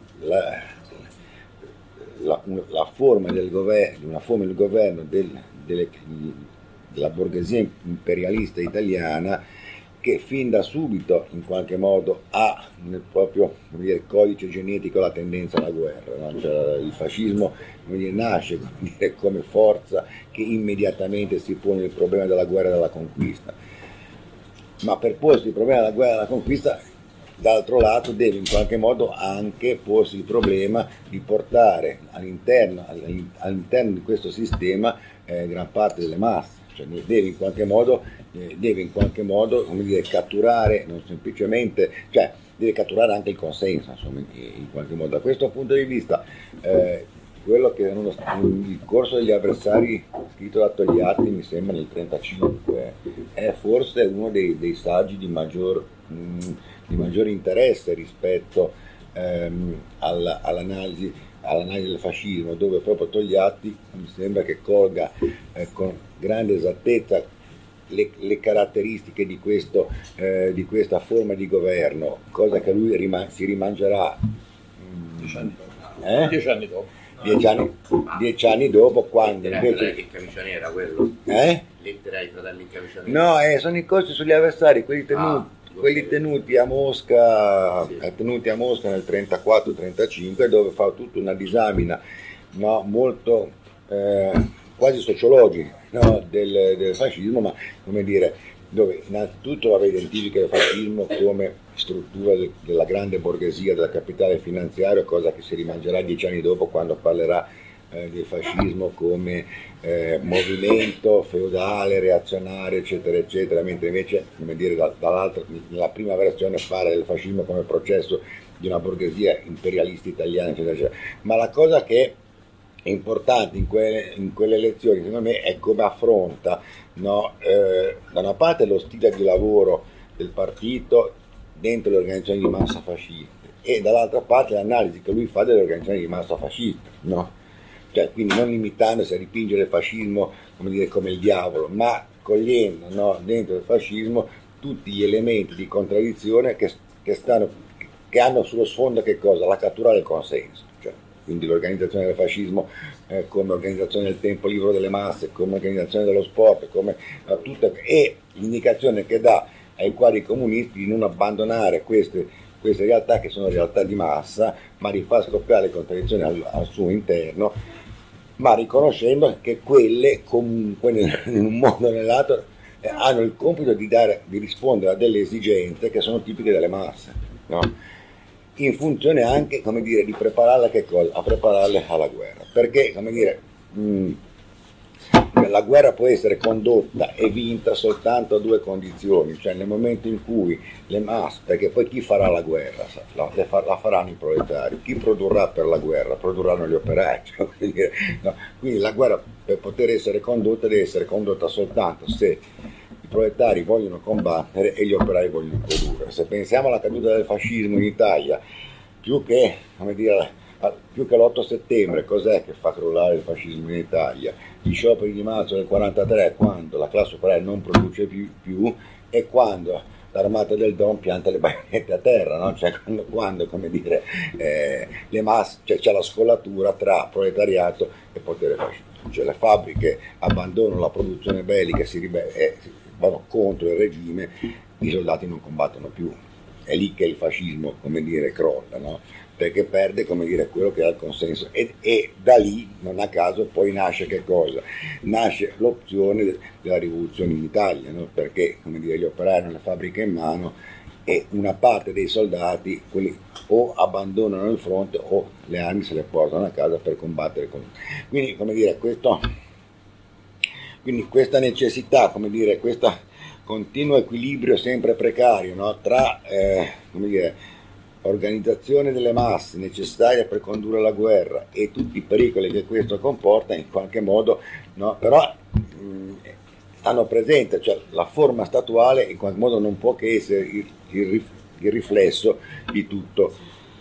la forma del governo, una forma del governo della borghesia imperialista italiana, che fin da subito in qualche modo ha nel proprio, come dire, codice genetico la tendenza alla guerra, no? Cioè, il fascismo, come dire, nasce, come dire, come forza che immediatamente si pone il problema della guerra e della conquista, ma per porsi il problema della guerra e della conquista, d'altro lato deve in qualche modo anche porsi il problema di portare all'interno di questo sistema gran parte delle masse. Cioè deve in qualche modo, come dire, catturare, non semplicemente, cioè deve catturare anche il consenso, insomma, in qualche modo. Da questo punto di vista, quello che il corso degli avversari scritto da Togliatti, mi sembra nel 1935, è forse uno dei saggi di maggior interesse rispetto all'analisi del fascismo, dove proprio Togliatti mi sembra che colga con grande esattezza le caratteristiche di questa forma di governo, cosa che lui si rimangerà 10 anni dopo. 10 anni dopo, quando invece che Camiciani era quello? Lettera ai fratelli Camiciani? No, sono i corsi sugli avversari, quelli tenuti a Mosca, sì. Tenuti a Mosca nel 34-35, dove fa tutta una disamina, no, molto quasi sociologica, no, del fascismo, ma come dire, dove innanzitutto identifica il fascismo come struttura della grande borghesia, della capitale finanziaria, cosa che si rimangerà 10 anni dopo quando parlerà del fascismo come movimento feudale, reazionario, eccetera, eccetera, mentre invece, come dire, dall'altra, nella prima versione parla del fascismo come processo di una borghesia imperialista italiana, eccetera, eccetera. Ma la cosa che è importante in quelle elezioni, secondo me, è come affronta, no, da una parte lo stile di lavoro del partito dentro le organizzazioni di massa fasciste e dall'altra parte l'analisi che lui fa delle organizzazioni di massa fasciste, no? Cioè, quindi non limitandosi a dipingere il fascismo, come dire, come il diavolo, ma cogliendo, no, dentro il fascismo tutti gli elementi di contraddizione che hanno sullo sfondo che cosa? La cattura del consenso. Cioè, quindi l'organizzazione del fascismo come organizzazione del tempo libero delle masse, come organizzazione dello sport, e l'indicazione che dà ai quadri comunisti di non abbandonare queste realtà che sono realtà di massa, ma di far scoppiare le contraddizioni al suo interno, ma riconoscendo che quelle comunque in un modo o nell'altro hanno il compito di rispondere a delle esigenze che sono tipiche delle masse, no? In funzione anche, come dire, di prepararle a che cosa? A prepararle alla guerra, perché, come dire, la guerra può essere condotta e vinta soltanto a due condizioni, cioè nel momento in cui le masse, perché poi chi farà la guerra? La faranno i proletari. Chi produrrà per la guerra? Produrranno gli operai. Cioè, no? Quindi la guerra, per poter essere condotta, deve essere condotta soltanto se i proletari vogliono combattere e gli operai vogliono produrre. Se pensiamo alla caduta del fascismo in Italia, più che l'8 settembre, cos'è che fa crollare il fascismo in Italia? Gli scioperi di marzo del 43, quando la classe operaia non produce più e quando l'armata del Don pianta le baionette a terra, no? Cioè quando come dire, le masse, cioè c'è la scollatura tra proletariato e potere fascista. cioè le fabbriche abbandonano la produzione bellica e vanno contro il regime, i soldati non combattono più. È lì che il fascismo, come dire, crolla, no? Perché perde, come dire, quello che ha il consenso, e da lì, non a caso, poi nasce che cosa? Nasce l'opzione della rivoluzione in Italia, no? Perché, come dire, gli operai hanno le fabbriche in mano e una parte dei soldati, quelli o abbandonano il fronte o le armi se le portano a casa per combattere con. Quindi, come dire, questa necessità, come dire, questo continuo equilibrio sempre precario, no? Tra, come dire, organizzazione delle masse necessaria per condurre la guerra e tutti i pericoli che questo comporta, in qualche modo, no? Però stanno presente, cioè la forma statuale in qualche modo non può che essere il riflesso di tutto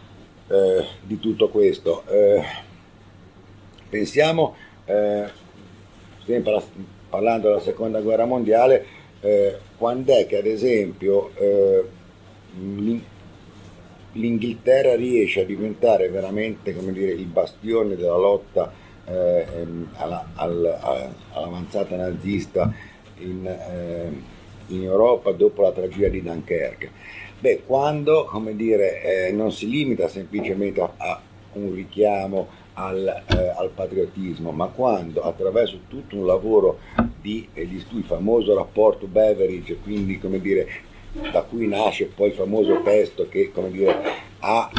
questo. Pensiamo, sempre parlando della seconda guerra mondiale, quando è che ad esempio l'Inghilterra riesce a diventare veramente, come dire, il bastione della lotta all'avanzata nazista in Europa dopo la tragedia di Dunkerque? Beh, quando, come dire, non si limita semplicemente a un richiamo al patriottismo, ma quando attraverso tutto un lavoro di il famoso rapporto Beveridge, quindi, come dire, da cui nasce poi il famoso testo che, come dire, ha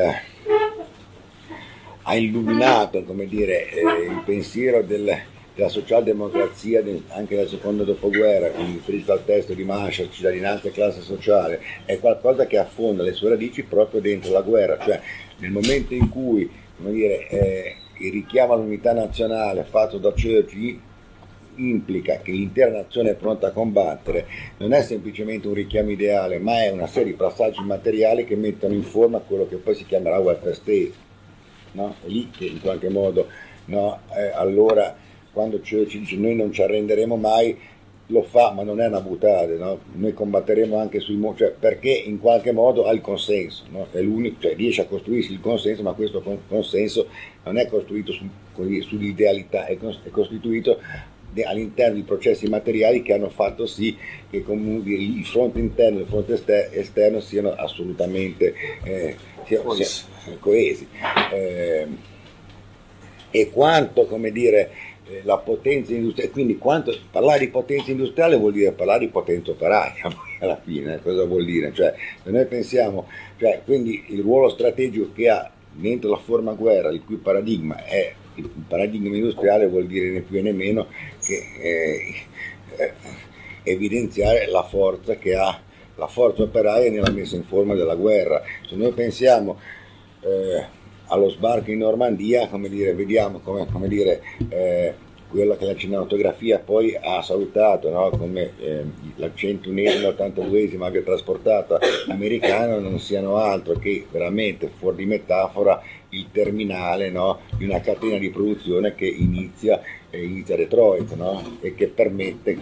illuminato, come dire, il pensiero della socialdemocrazia anche nel secondo dopoguerra, quindi riferito al testo di Marshall, cittadinanza e classe sociale, è qualcosa che affonda le sue radici proprio dentro la guerra, cioè nel momento in cui, come dire, il richiamo all'unità nazionale fatto da Churchill implica che l'intera nazione è pronta a combattere, non è semplicemente un richiamo ideale, ma è una serie di passaggi materiali che mettono in forma quello che poi si chiamerà welfare state, no? È lì che in qualche modo, no? Allora quando Churchill dice noi non ci arrenderemo mai, lo fa, ma non è una buttata, no? Noi combatteremo anche cioè, perché in qualche modo ha il consenso, no? È l'unico, cioè riesce a costruirsi il consenso, ma questo consenso non è costruito sull'idealità, è costituito all'interno di processi materiali che hanno fatto sì che comunque il fronte interno e il fronte esterno siano assolutamente coesi. E quanto, come dire, la potenza industriale, quindi quanto parlare di potenza industriale vuol dire parlare di potenza operaia, alla fine, cosa vuol dire? Cioè, se noi pensiamo, cioè, quindi il ruolo strategico che ha dentro la forma guerra, il cui paradigma è il paradigma industriale, vuol dire né più né meno che evidenziare la forza che ha la forza operaia nella messa in forma della guerra. Se noi pensiamo allo sbarco in Normandia, come dire, vediamo come dire, quello che la cinematografia poi ha salutato, no? Come la 101esima, 82esima aviatrasportata americana non siano altro che veramente, fuori di metafora, il terminale, no? Di una catena di produzione che inizia a Detroit, no? E che permette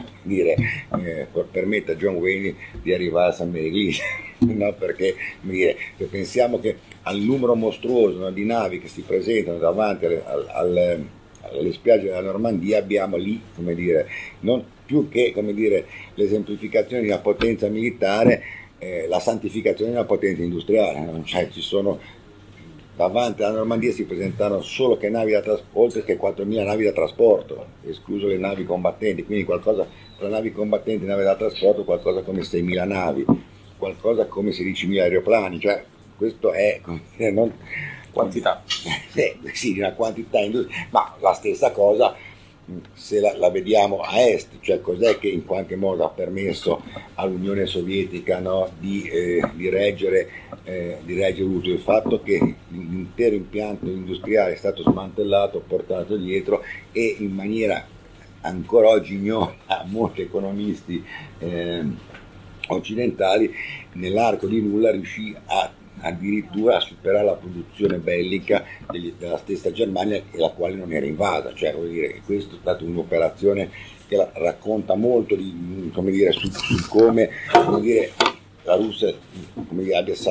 a John Wayne di arrivare a San Mary, no? Perché, come dire, se pensiamo che al numero mostruoso, no, di navi che si presentano davanti alle spiagge della Normandia, abbiamo lì, come dire, non più che, come dire, l'esemplificazione di una potenza militare, la santificazione di una potenza industriale, no? Cioè, ci sono davanti alla Normandia si presentano solo che navi da trasporto, oltre che 4.000 navi da trasporto, escluso le navi combattenti, quindi qualcosa tra navi combattenti e navi da trasporto, qualcosa come 6.000 navi, qualcosa come 16.000 aeroplani, cioè questo è, come dire, non quantità. Sì, una quantità industriale, ma la stessa cosa se la vediamo a est, cioè cos'è che in qualche modo ha permesso all'Unione Sovietica, no, di reggere tutto, il fatto che l'intero impianto industriale è stato smantellato, portato dietro, e in maniera ancora oggi ignota a molti economisti occidentali, nell'arco di nulla riuscì addirittura a superare la produzione bellica della stessa Germania, e la quale non era invasa. Cioè, vuol dire, questo è stata un'operazione che racconta molto di, come dire, su come dire, la Russia, come dire, abbia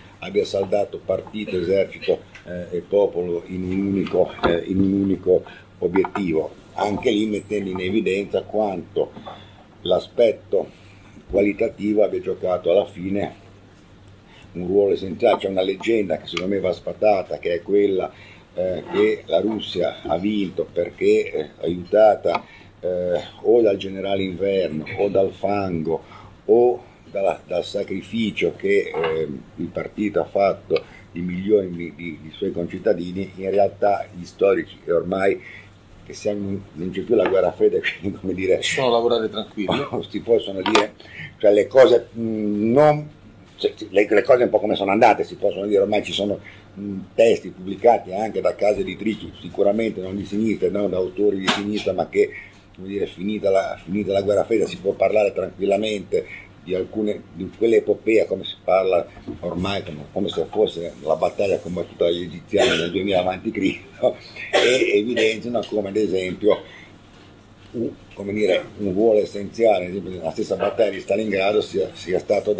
saldato partito, esercito e popolo in un unico obiettivo, anche lì mettendo in evidenza quanto l'aspetto qualitativo abbia giocato alla fine un ruolo essenziale. C'è una leggenda che secondo me va sfatata, che è quella che la Russia ha vinto perché aiutata o dal generale Inverno o dal fango o dal sacrificio che il partito ha fatto di milioni di suoi concittadini. In realtà gli storici ormai che non c'è più la guerra fredda, quindi come dire, possono lavorare tranquilli, si possono dire, cioè le cose non, cioè, le cose un po' come sono andate si possono dire. Ormai ci sono testi pubblicati anche da case editrici, sicuramente non di sinistra, non da autori di sinistra, ma che, come dire, finita la guerra fredda si può parlare tranquillamente di quell'epopea come si parla ormai come se fosse la battaglia combattuta dagli egiziani nel 2000 avanti Cristo, e evidenziano come ad esempio un ruolo essenziale, ad esempio nella stessa battaglia di Stalingrado sia stato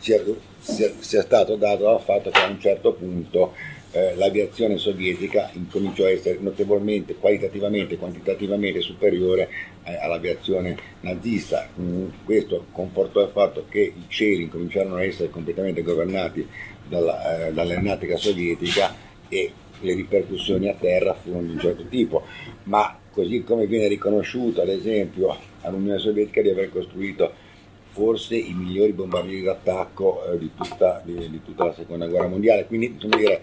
dato dal fatto che a un certo punto l'aviazione sovietica incominciò a essere notevolmente, qualitativamente e quantitativamente superiore all'aviazione nazista. Questo comportò il fatto che i cieli incominciarono a essere completamente governati dall'aeronautica sovietica e le ripercussioni a terra furono di un certo tipo, ma così come viene riconosciuto ad esempio all'Unione Sovietica di aver costruito forse i migliori bombardieri d'attacco di tutta la seconda guerra mondiale. Quindi, come dire,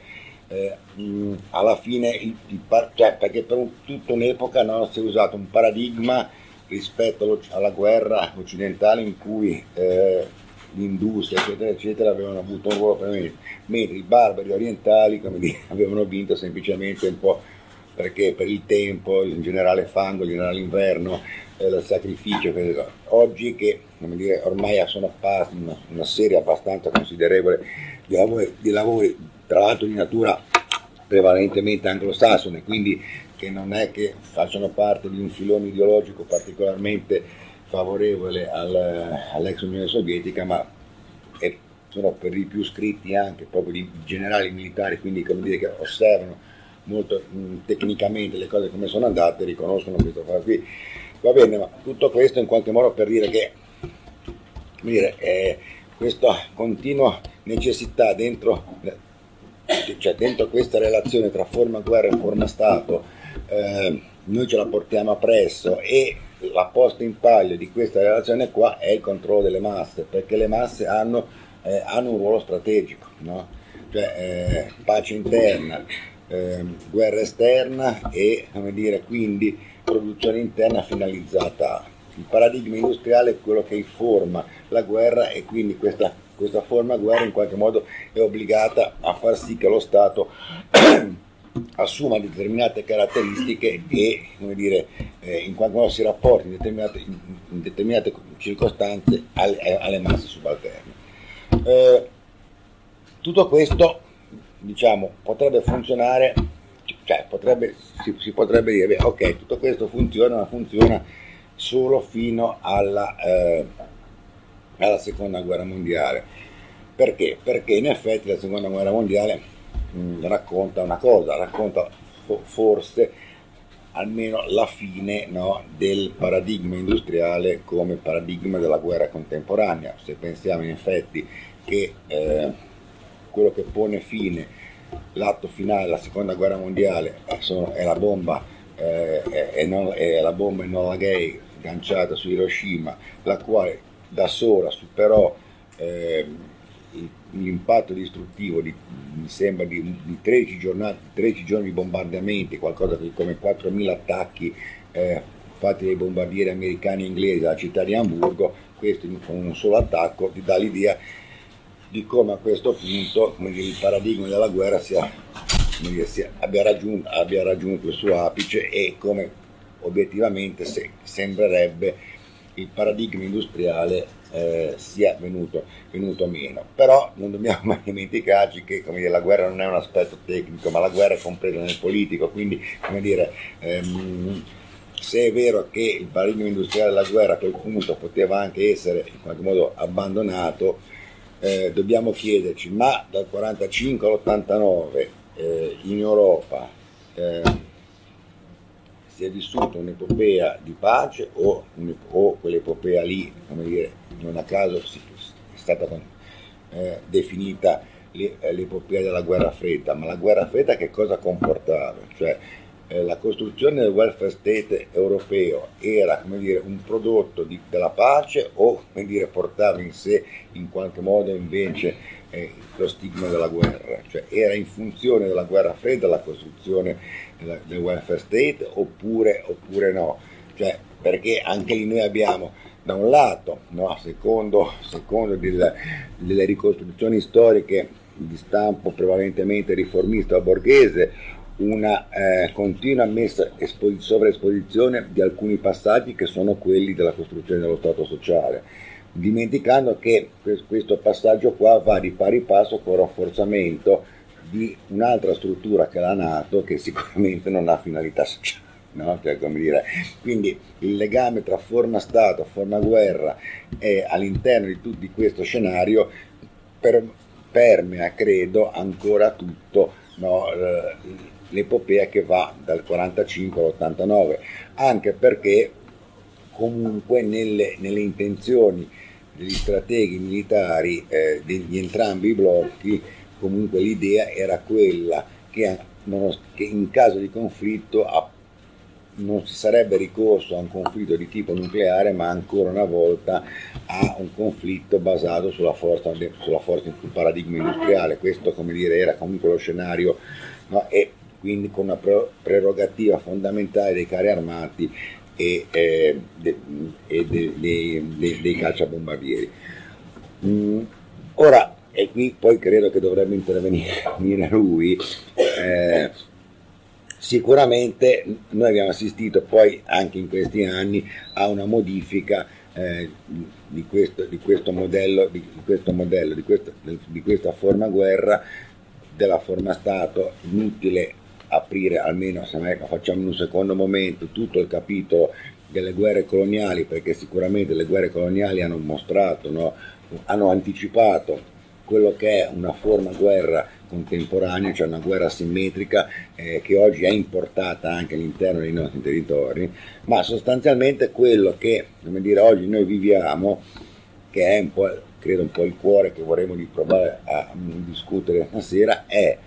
alla fine perché per tutta un'epoca si è usato un paradigma rispetto alla guerra occidentale in cui l'industria eccetera eccetera avevano avuto un ruolo preminente, mentre i barbari orientali, come dire, avevano vinto semplicemente un po' perché per il tempo, il generale fango, il generale Inverno, il sacrificio. Oggi che, come dire, ormai sono apparsi una serie abbastanza considerevole di lavori, tra l'altro di natura prevalentemente anglosassone, quindi che non è che facciano parte di un filone ideologico particolarmente favorevole all'ex Unione Sovietica, ma sono per di più scritti anche proprio di generali militari, quindi, come dire, che osservano molto tecnicamente le cose come sono andate, riconoscono questo fatto qui. Va bene, ma tutto questo in qualche modo per dire che, come dire, questa continua necessità dentro questa relazione tra forma guerra e forma Stato, noi ce la portiamo appresso, e la posta in palio di questa relazione qua è il controllo delle masse, perché le masse hanno un ruolo strategico, no? Cioè, pace interna, guerra esterna e, come dire, quindi produzione interna finalizzata. Il paradigma industriale è quello che informa la guerra, e quindi questa forma guerra in qualche modo è obbligata a far sì che lo Stato assuma determinate caratteristiche e, come dire, in qualche modo si rapporti in determinate circostanze alle masse subalterne. Tutto questo, diciamo, potrebbe funzionare, cioè si potrebbe dire, beh, ok, tutto questo funziona, ma funziona solo fino alla seconda guerra mondiale. Perché? Perché in effetti la seconda guerra mondiale racconta una cosa, racconta forse almeno la fine, no, del paradigma industriale come paradigma della guerra contemporanea. Se pensiamo in effetti che quello che pone fine, l'atto finale della seconda guerra mondiale è la bomba Enola Gay sganciata su Hiroshima, la quale da sola superò l'impatto distruttivo mi sembra di 13 giorni di bombardamenti, qualcosa come 4.000 attacchi fatti dai bombardieri americani e inglesi alla città di Amburgo. Questo con un solo attacco ti dà l'idea di come a questo punto, come dire, il paradigma della guerra abbia raggiunto il suo apice, e come obiettivamente sembrerebbe il paradigma industriale sia venuto meno. Però non dobbiamo mai dimenticarci che, come dire, la guerra non è un aspetto tecnico, ma la guerra è compresa nel politico, quindi, come dire, se è vero che il paradigma industriale della guerra a quel punto poteva anche essere in qualche modo abbandonato, dobbiamo chiederci, ma dal 45 all'89 in Europa si è vissuta un'epopea di pace o quell'epopea lì, come dire, non a caso è stata definita l'epopea della guerra fredda. Ma la guerra fredda che cosa comportava? Cioè la costruzione del welfare state europeo era, come dire, un prodotto della pace o, come dire, portava in sé in qualche modo invece lo stigma della guerra? Cioè era in funzione della guerra fredda la costruzione del welfare state oppure no? Cioè, perché anche lì noi abbiamo da un lato, no, secondo delle ricostruzioni storiche di stampo prevalentemente riformista o borghese, una continua sovraesposizione di alcuni passaggi che sono quelli della costruzione dello Stato sociale, dimenticando che questo passaggio qua va di pari passo con il rafforzamento di un'altra struttura che è la NATO, che sicuramente non ha finalità sociale. No? Cioè, come dire, quindi il legame tra forma Stato, forma guerra all'interno di questo scenario permea, credo, ancora tutto, no, l'epopea che va dal 45 all'89, anche perché comunque nelle intenzioni degli strateghi militari di entrambi i blocchi, comunque l'idea era quella che in caso di conflitto non si sarebbe ricorso a un conflitto di tipo nucleare, ma ancora una volta a un conflitto basato sulla forza sul paradigma industriale. Questo, come dire, era comunque lo scenario, no? E quindi con una prerogativa fondamentale dei carri armati e dei cacciabombardieri. Ora, e qui poi credo che dovrebbe intervenire lui. Sicuramente noi abbiamo assistito poi anche in questi anni a una modifica di questa forma guerra, della forma Stato. Inutile aprire, almeno se lo facciamo in un secondo momento, tutto il capitolo delle guerre coloniali, perché sicuramente le guerre coloniali hanno mostrato, no? Hanno anticipato quello che è una forma guerra contemporanea, cioè una guerra simmetrica che oggi è importata anche all'interno dei nostri territori, ma sostanzialmente quello che, come dire, oggi noi viviamo, che è un po', credo, un po' il cuore che vorremmo di provare a discutere stasera,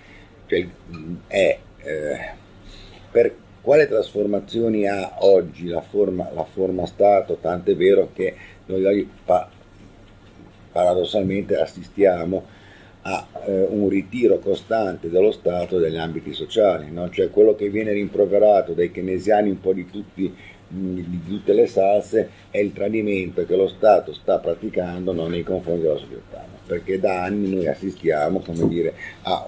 per quale trasformazioni ha oggi la forma Stato, tant'è vero che noi oggi paradossalmente assistiamo a un ritiro costante dello Stato dagli ambiti sociali, no? Cioè quello che viene rimproverato dai keynesiani un po' di tutte le salse è il tradimento che lo Stato sta praticando, no, nei confronti della società, no? Perché da anni noi assistiamo, come dire, a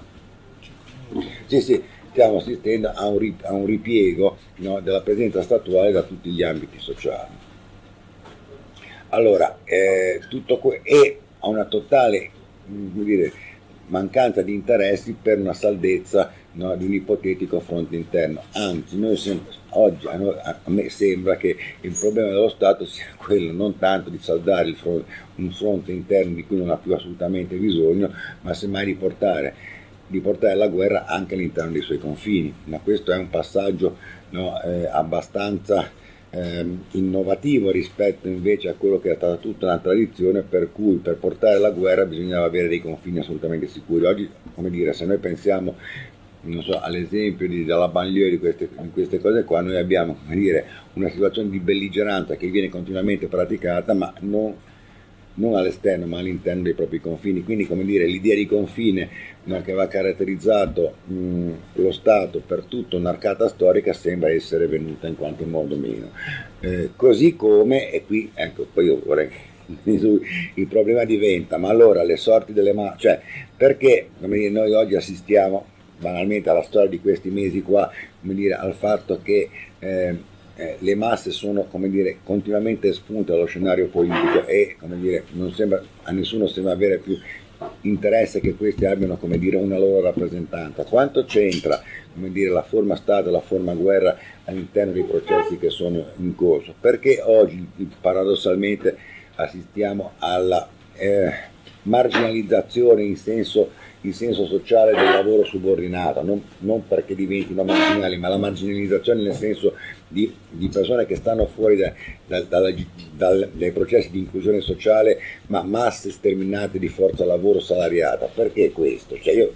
stiamo assistendo a un ripiego, no, della presenza statuale da tutti gli ambiti sociali. Allora, e a una totale, come dire, mancanza di interessi per una saldezza, no, di un ipotetico fronte interno. Anzi, oggi a me sembra che il problema dello Stato sia quello non tanto di saldare un fronte interno di cui non ha più assolutamente bisogno, ma semmai di portare la guerra anche all'interno dei suoi confini. Ma questo è un passaggio, no, abbastanza innovativo rispetto invece a quello che è stata tutta una tradizione, per cui per portare la guerra bisognava avere dei confini assolutamente sicuri. Oggi, come dire, se noi pensiamo, non so, all'esempio della banlieue, di queste cose qua, noi abbiamo, come dire, una situazione di belligeranza che viene continuamente praticata, ma non all'esterno ma all'interno dei propri confini. Quindi, come dire, l'idea di confine, no, che aveva caratterizzato lo Stato per tutta un'arcata storica sembra essere venuta in qualche modo meno, così come, e qui ecco, poi io vorrei il problema diventa, ma allora le sorti delle cioè perché, come dire, noi oggi assistiamo banalmente alla storia di questi mesi qua, come dire, al fatto che le masse sono, come dire, continuamente espunte dallo scenario politico e, come dire, a nessuno sembra avere più interesse che questi abbiano, come dire, una loro rappresentanza. Quanto c'entra, come dire, la forma Stato e la forma guerra all'interno dei processi che sono in corso? Perché oggi paradossalmente assistiamo alla marginalizzazione in senso sociale del lavoro subordinato, non perché diventino marginali, ma la marginalizzazione nel senso di persone che stanno fuori dai processi di inclusione sociale, ma masse sterminate di forza lavoro salariata. Perché questo? Cioè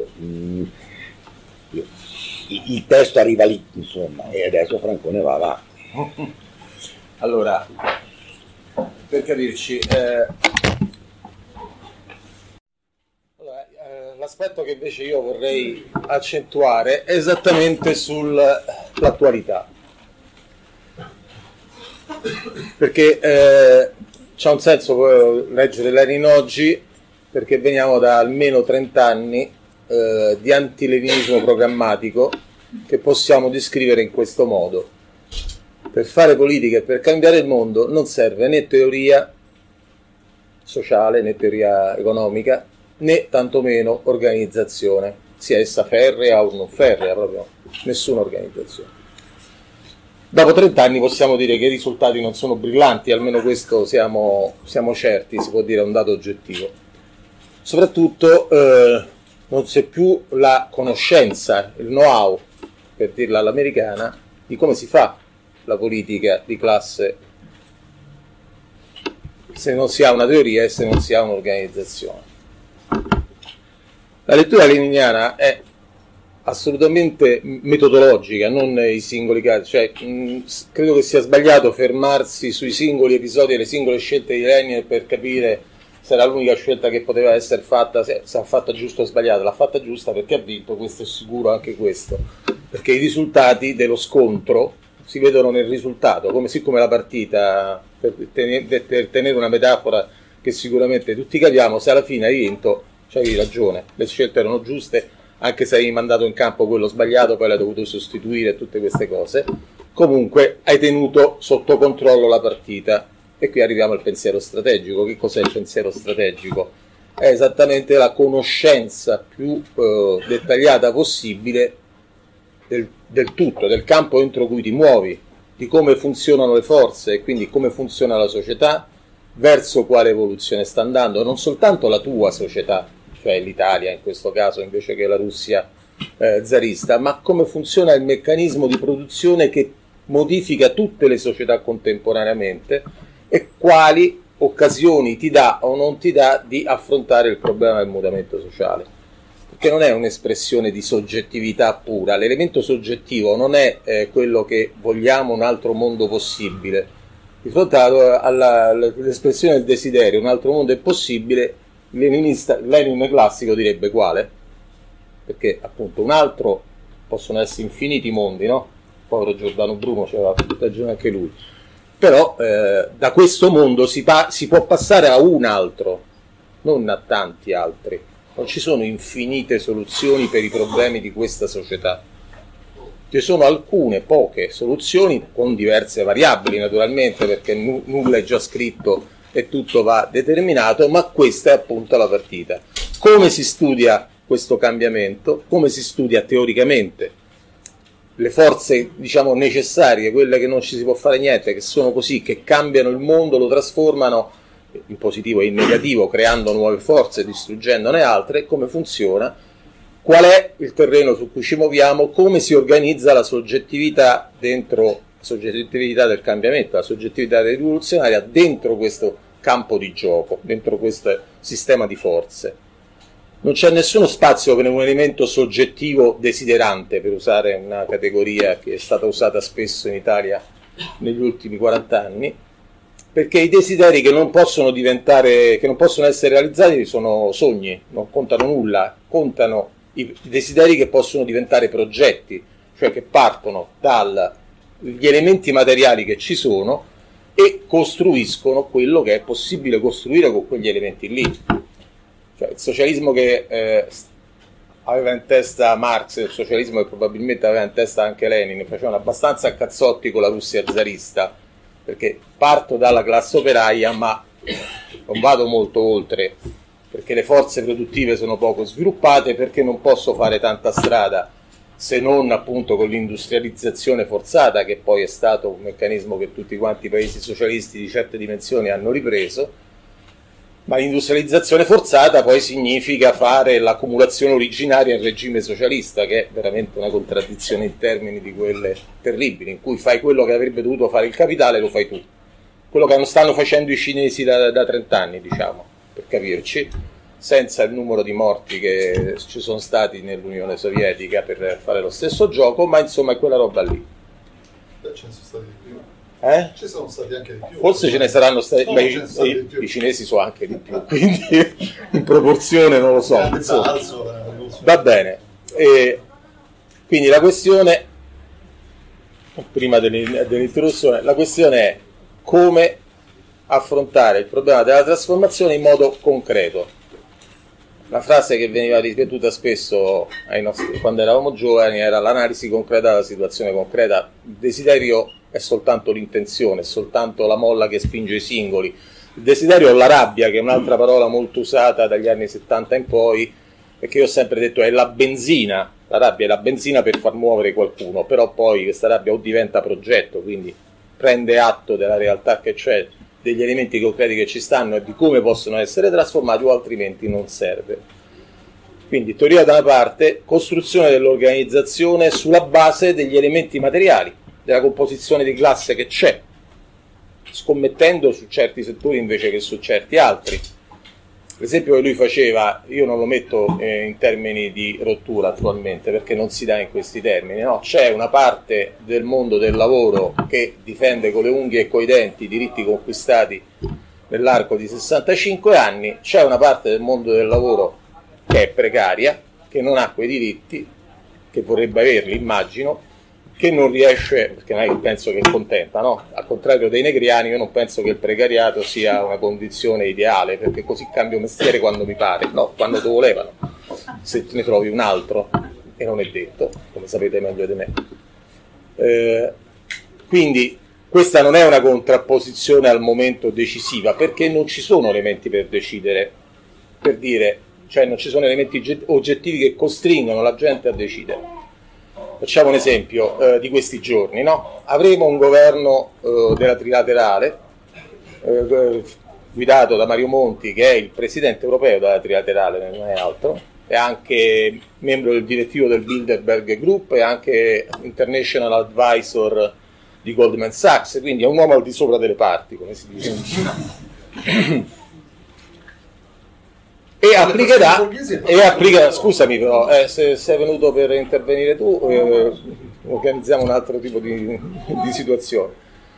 il testo arriva lì, insomma, e adesso Francone va avanti. Allora, per capirci, l'aspetto che invece io vorrei accentuare è esattamente sull'attualità, perché c'ha un senso leggere Lenin oggi, perché veniamo da almeno 30 anni di antileninismo programmatico che possiamo descrivere in questo modo. Per fare politica e per cambiare il mondo non serve né teoria sociale né teoria economica, né tantomeno organizzazione, sia essa ferrea o non ferrea, proprio nessuna organizzazione. Dopo 30 anni possiamo dire che i risultati non sono brillanti, almeno questo siamo certi, si può dire, è un dato oggettivo. Soprattutto non c'è più la conoscenza, il know-how, per dirla all'americana, di come si fa la politica di classe se non si ha una teoria e se non si ha un'organizzazione. La lettura leniniana è assolutamente metodologica, non i singoli casi, cioè credo che sia sbagliato fermarsi sui singoli episodi e le singole scelte di Lenin per capire se era l'unica scelta che poteva essere fatta, se ha fatta giusta o sbagliata. L'ha fatta giusta perché ha vinto, questo è sicuro, anche questo, perché i risultati dello scontro si vedono nel risultato, siccome la partita, per tenere una metafora che sicuramente tutti capiamo, se alla fine hai vinto, c'avevi ragione, le scelte erano giuste, anche se hai mandato in campo quello sbagliato, poi l'hai dovuto sostituire, tutte queste cose, comunque hai tenuto sotto controllo la partita. E qui arriviamo al pensiero strategico. Che cos'è il pensiero strategico? È esattamente la conoscenza più dettagliata possibile del tutto, del campo entro cui ti muovi, di come funzionano le forze e quindi come funziona la società, verso quale evoluzione sta andando, non soltanto la tua società, cioè l'Italia in questo caso invece che la Russia zarista, ma come funziona il meccanismo di produzione che modifica tutte le società contemporaneamente e quali occasioni ti dà o non ti dà di affrontare il problema del mutamento sociale. Perché non è un'espressione di soggettività pura, l'elemento soggettivo non è quello che vogliamo un altro mondo possibile. Di fronte all'espressione del desiderio, un altro mondo è possibile, Lenin classico direbbe quale? Perché appunto un altro possono essere infiniti mondi, no? Povero Giordano Bruno c'aveva ragione anche lui. Però da questo mondo si può passare a un altro, non a tanti altri. Non ci sono infinite soluzioni per i problemi di questa società. Ci sono alcune, poche soluzioni con diverse variabili naturalmente, perché nulla è già scritto e tutto va determinato, ma questa è appunto la partita. Come si studia questo cambiamento? Come si studia teoricamente? Le forze, diciamo, necessarie, quelle che non ci si può fare niente, che sono così, che cambiano il mondo, lo trasformano in positivo e in negativo, creando nuove forze, distruggendone altre. Come funziona? Qual è il terreno su cui ci muoviamo? Come si organizza la soggettività dentro la soggettività del cambiamento, la soggettività rivoluzionaria dentro questo campo di gioco, dentro questo sistema di forze? Non c'è nessuno spazio per un elemento soggettivo desiderante, per usare una categoria che è stata usata spesso in Italia negli ultimi 40 anni, perché i desideri che non possono essere realizzati sono sogni, non contano nulla, contano i desideri che possono diventare progetti, cioè che partono dagli elementi materiali che ci sono e costruiscono quello che è possibile costruire con quegli elementi lì. Cioè, il socialismo che aveva in testa Marx, il socialismo che probabilmente aveva in testa anche Lenin, facevano abbastanza a cazzotti con la Russia zarista, perché parto dalla classe operaia ma non vado molto oltre, perché le forze produttive sono poco sviluppate, perché non posso fare tanta strada se non appunto con l'industrializzazione forzata, che poi è stato un meccanismo che tutti quanti i paesi socialisti di certe dimensioni hanno ripreso. Ma l'industrializzazione forzata poi significa fare l'accumulazione originaria in regime socialista, che è veramente una contraddizione in termini di quelle terribili, in cui fai quello che avrebbe dovuto fare il capitale, lo fai tu. Quello che stanno facendo i cinesi da 30 anni, diciamo, per capirci, senza il numero di morti che ci sono stati nell'Unione Sovietica per fare lo stesso gioco, ma insomma è quella roba lì. Ce ne sono stati di più. Ci sono stati anche di più. Forse ce ne saranno stati, ma i cinesi so anche di più, quindi in proporzione non lo so. Va bene. Quindi la questione, prima dell'introduzione, la questione è come affrontare il problema della trasformazione in modo concreto. La frase che veniva ripetuta spesso quando eravamo giovani era l'analisi concreta della situazione concreta. Il desiderio è soltanto l'intenzione, è soltanto la molla che spinge i singoli. Il desiderio o la rabbia, che è un'altra parola molto usata dagli anni 70 in poi, e che io ho sempre detto è la benzina. La rabbia è la benzina per far muovere qualcuno, però poi questa rabbia o diventa progetto, quindi prende atto della realtà che c'è, degli elementi concreti che ci stanno e di come possono essere trasformati, o altrimenti non serve. Quindi teoria da una parte, costruzione dell'organizzazione sulla base degli elementi materiali, della composizione di classe che c'è, scommettendo su certi settori invece che su certi altri. L'esempio che lui faceva, io non lo metto in termini di rottura attualmente, perché non si dà in questi termini, no? C'è una parte del mondo del lavoro che difende con le unghie e coi denti i diritti conquistati nell'arco di 65 anni, c'è una parte del mondo del lavoro che è precaria, che non ha quei diritti, che vorrebbe averli, immagino, che non riesce, perché non è che penso che è contenta, no? Al contrario dei negriani, io non penso che il precariato sia una condizione ideale, perché così cambio mestiere quando mi pare, no, quando te volevano, se ne trovi un altro, e non è detto, come sapete meglio di me. Quindi questa non è una contrapposizione al momento decisiva, perché non ci sono elementi per decidere, per dire, cioè non ci sono elementi oggettivi che costringono la gente a decidere. Facciamo un esempio di questi giorni, no? Avremo un governo della trilaterale guidato da Mario Monti, che è il presidente europeo della trilaterale, non è altro, è anche membro del direttivo del Bilderberg Group e anche International Advisor di Goldman Sachs, quindi è un uomo al di sopra delle parti, come si dice. E applicherà, scusami però, se sei venuto per intervenire tu, organizziamo un altro tipo di situazione.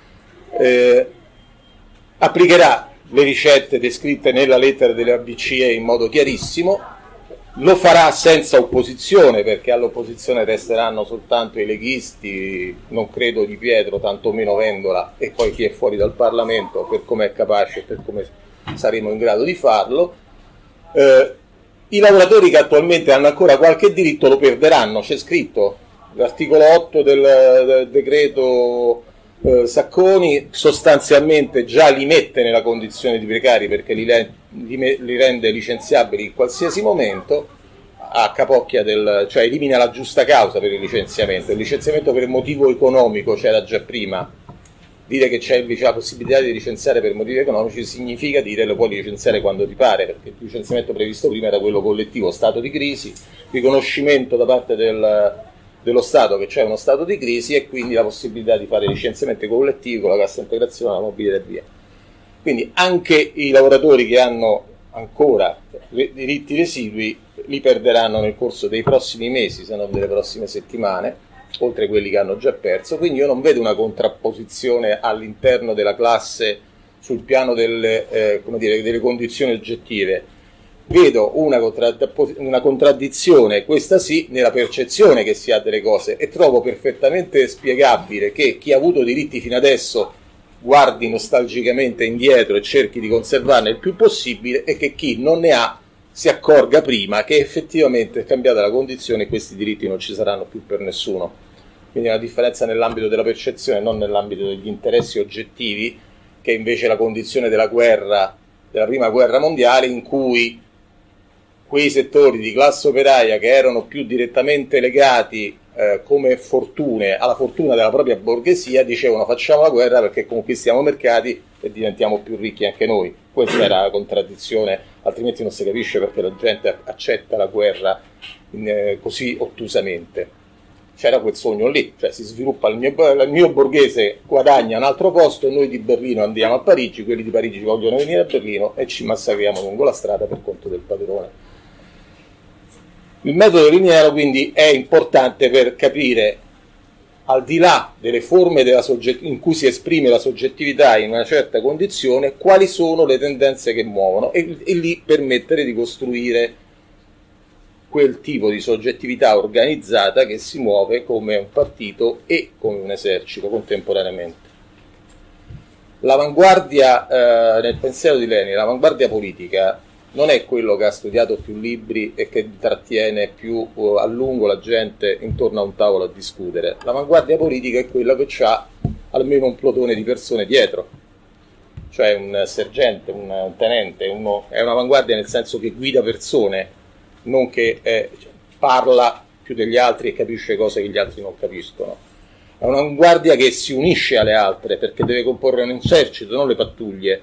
Applicherà le ricette descritte nella lettera della BCE in modo chiarissimo, lo farà senza opposizione, perché all'opposizione resteranno soltanto i leghisti, non credo Di Pietro, tantomeno Vendola, e poi chi è fuori dal Parlamento, per come è capace e per come saremo in grado di farlo. I lavoratori che attualmente hanno ancora qualche diritto lo perderanno, c'è scritto l'articolo 8 del decreto Sacconi, sostanzialmente già li mette nella condizione di precari, perché li rende licenziabili in qualsiasi momento, a capocchia cioè elimina la giusta causa per il licenziamento per motivo economico c'era già prima. Dire che c'è invece la possibilità di licenziare per motivi economici significa dire lo puoi licenziare quando ti pare, perché il licenziamento previsto prima era quello collettivo, stato di crisi, riconoscimento da parte dello Stato che c'è uno stato di crisi e quindi la possibilità di fare licenziamenti collettivi con la cassa integrazione, la mobilità e via. Quindi anche i lavoratori che hanno ancora diritti residui li perderanno nel corso dei prossimi mesi, se non delle prossime settimane, oltre quelli che hanno già perso. Quindi io non vedo una contrapposizione all'interno della classe sul piano delle condizioni oggettive, vedo una contraddizione, questa sì, nella percezione che si ha delle cose, e trovo perfettamente spiegabile che chi ha avuto diritti fino adesso guardi nostalgicamente indietro e cerchi di conservarne il più possibile, e che chi non ne ha si accorga prima che effettivamente è cambiata la condizione e questi diritti non ci saranno più per nessuno. Quindi è una differenza nell'ambito della percezione, non nell'ambito degli interessi oggettivi, che invece è la condizione della prima guerra mondiale, in cui quei settori di classe operaia che erano più direttamente legati come fortune alla fortuna della propria borghesia, dicevano facciamo la guerra perché conquistiamo mercati e diventiamo più ricchi anche noi. Questa era la contraddizione, altrimenti non si capisce perché la gente accetta la guerra così ottusamente. C'era quel sogno lì, cioè si sviluppa il mio borghese guadagna un altro posto e noi di Berlino andiamo a Parigi, quelli di Parigi vogliono venire a Berlino e ci massacriamo lungo la strada per conto del padrone. Il metodo Liniero quindi è importante per capire, al di là delle forme in cui si esprime la soggettività in una certa condizione, quali sono le tendenze che muovono e lì permettere di costruire quel tipo di soggettività organizzata che si muove come un partito e come un esercito contemporaneamente. L'avanguardia nel pensiero di Lenin, l'avanguardia politica, non è quello che ha studiato più libri e che trattiene più a lungo la gente intorno a un tavolo a discutere. L'avanguardia politica è quella che ha almeno un plotone di persone dietro, cioè un sergente, un tenente, è un'avanguardia nel senso che guida persone, non che parla più degli altri e capisce cose che gli altri non capiscono. È un'avanguardia che si unisce alle altre perché deve comporre un esercito, non le pattuglie.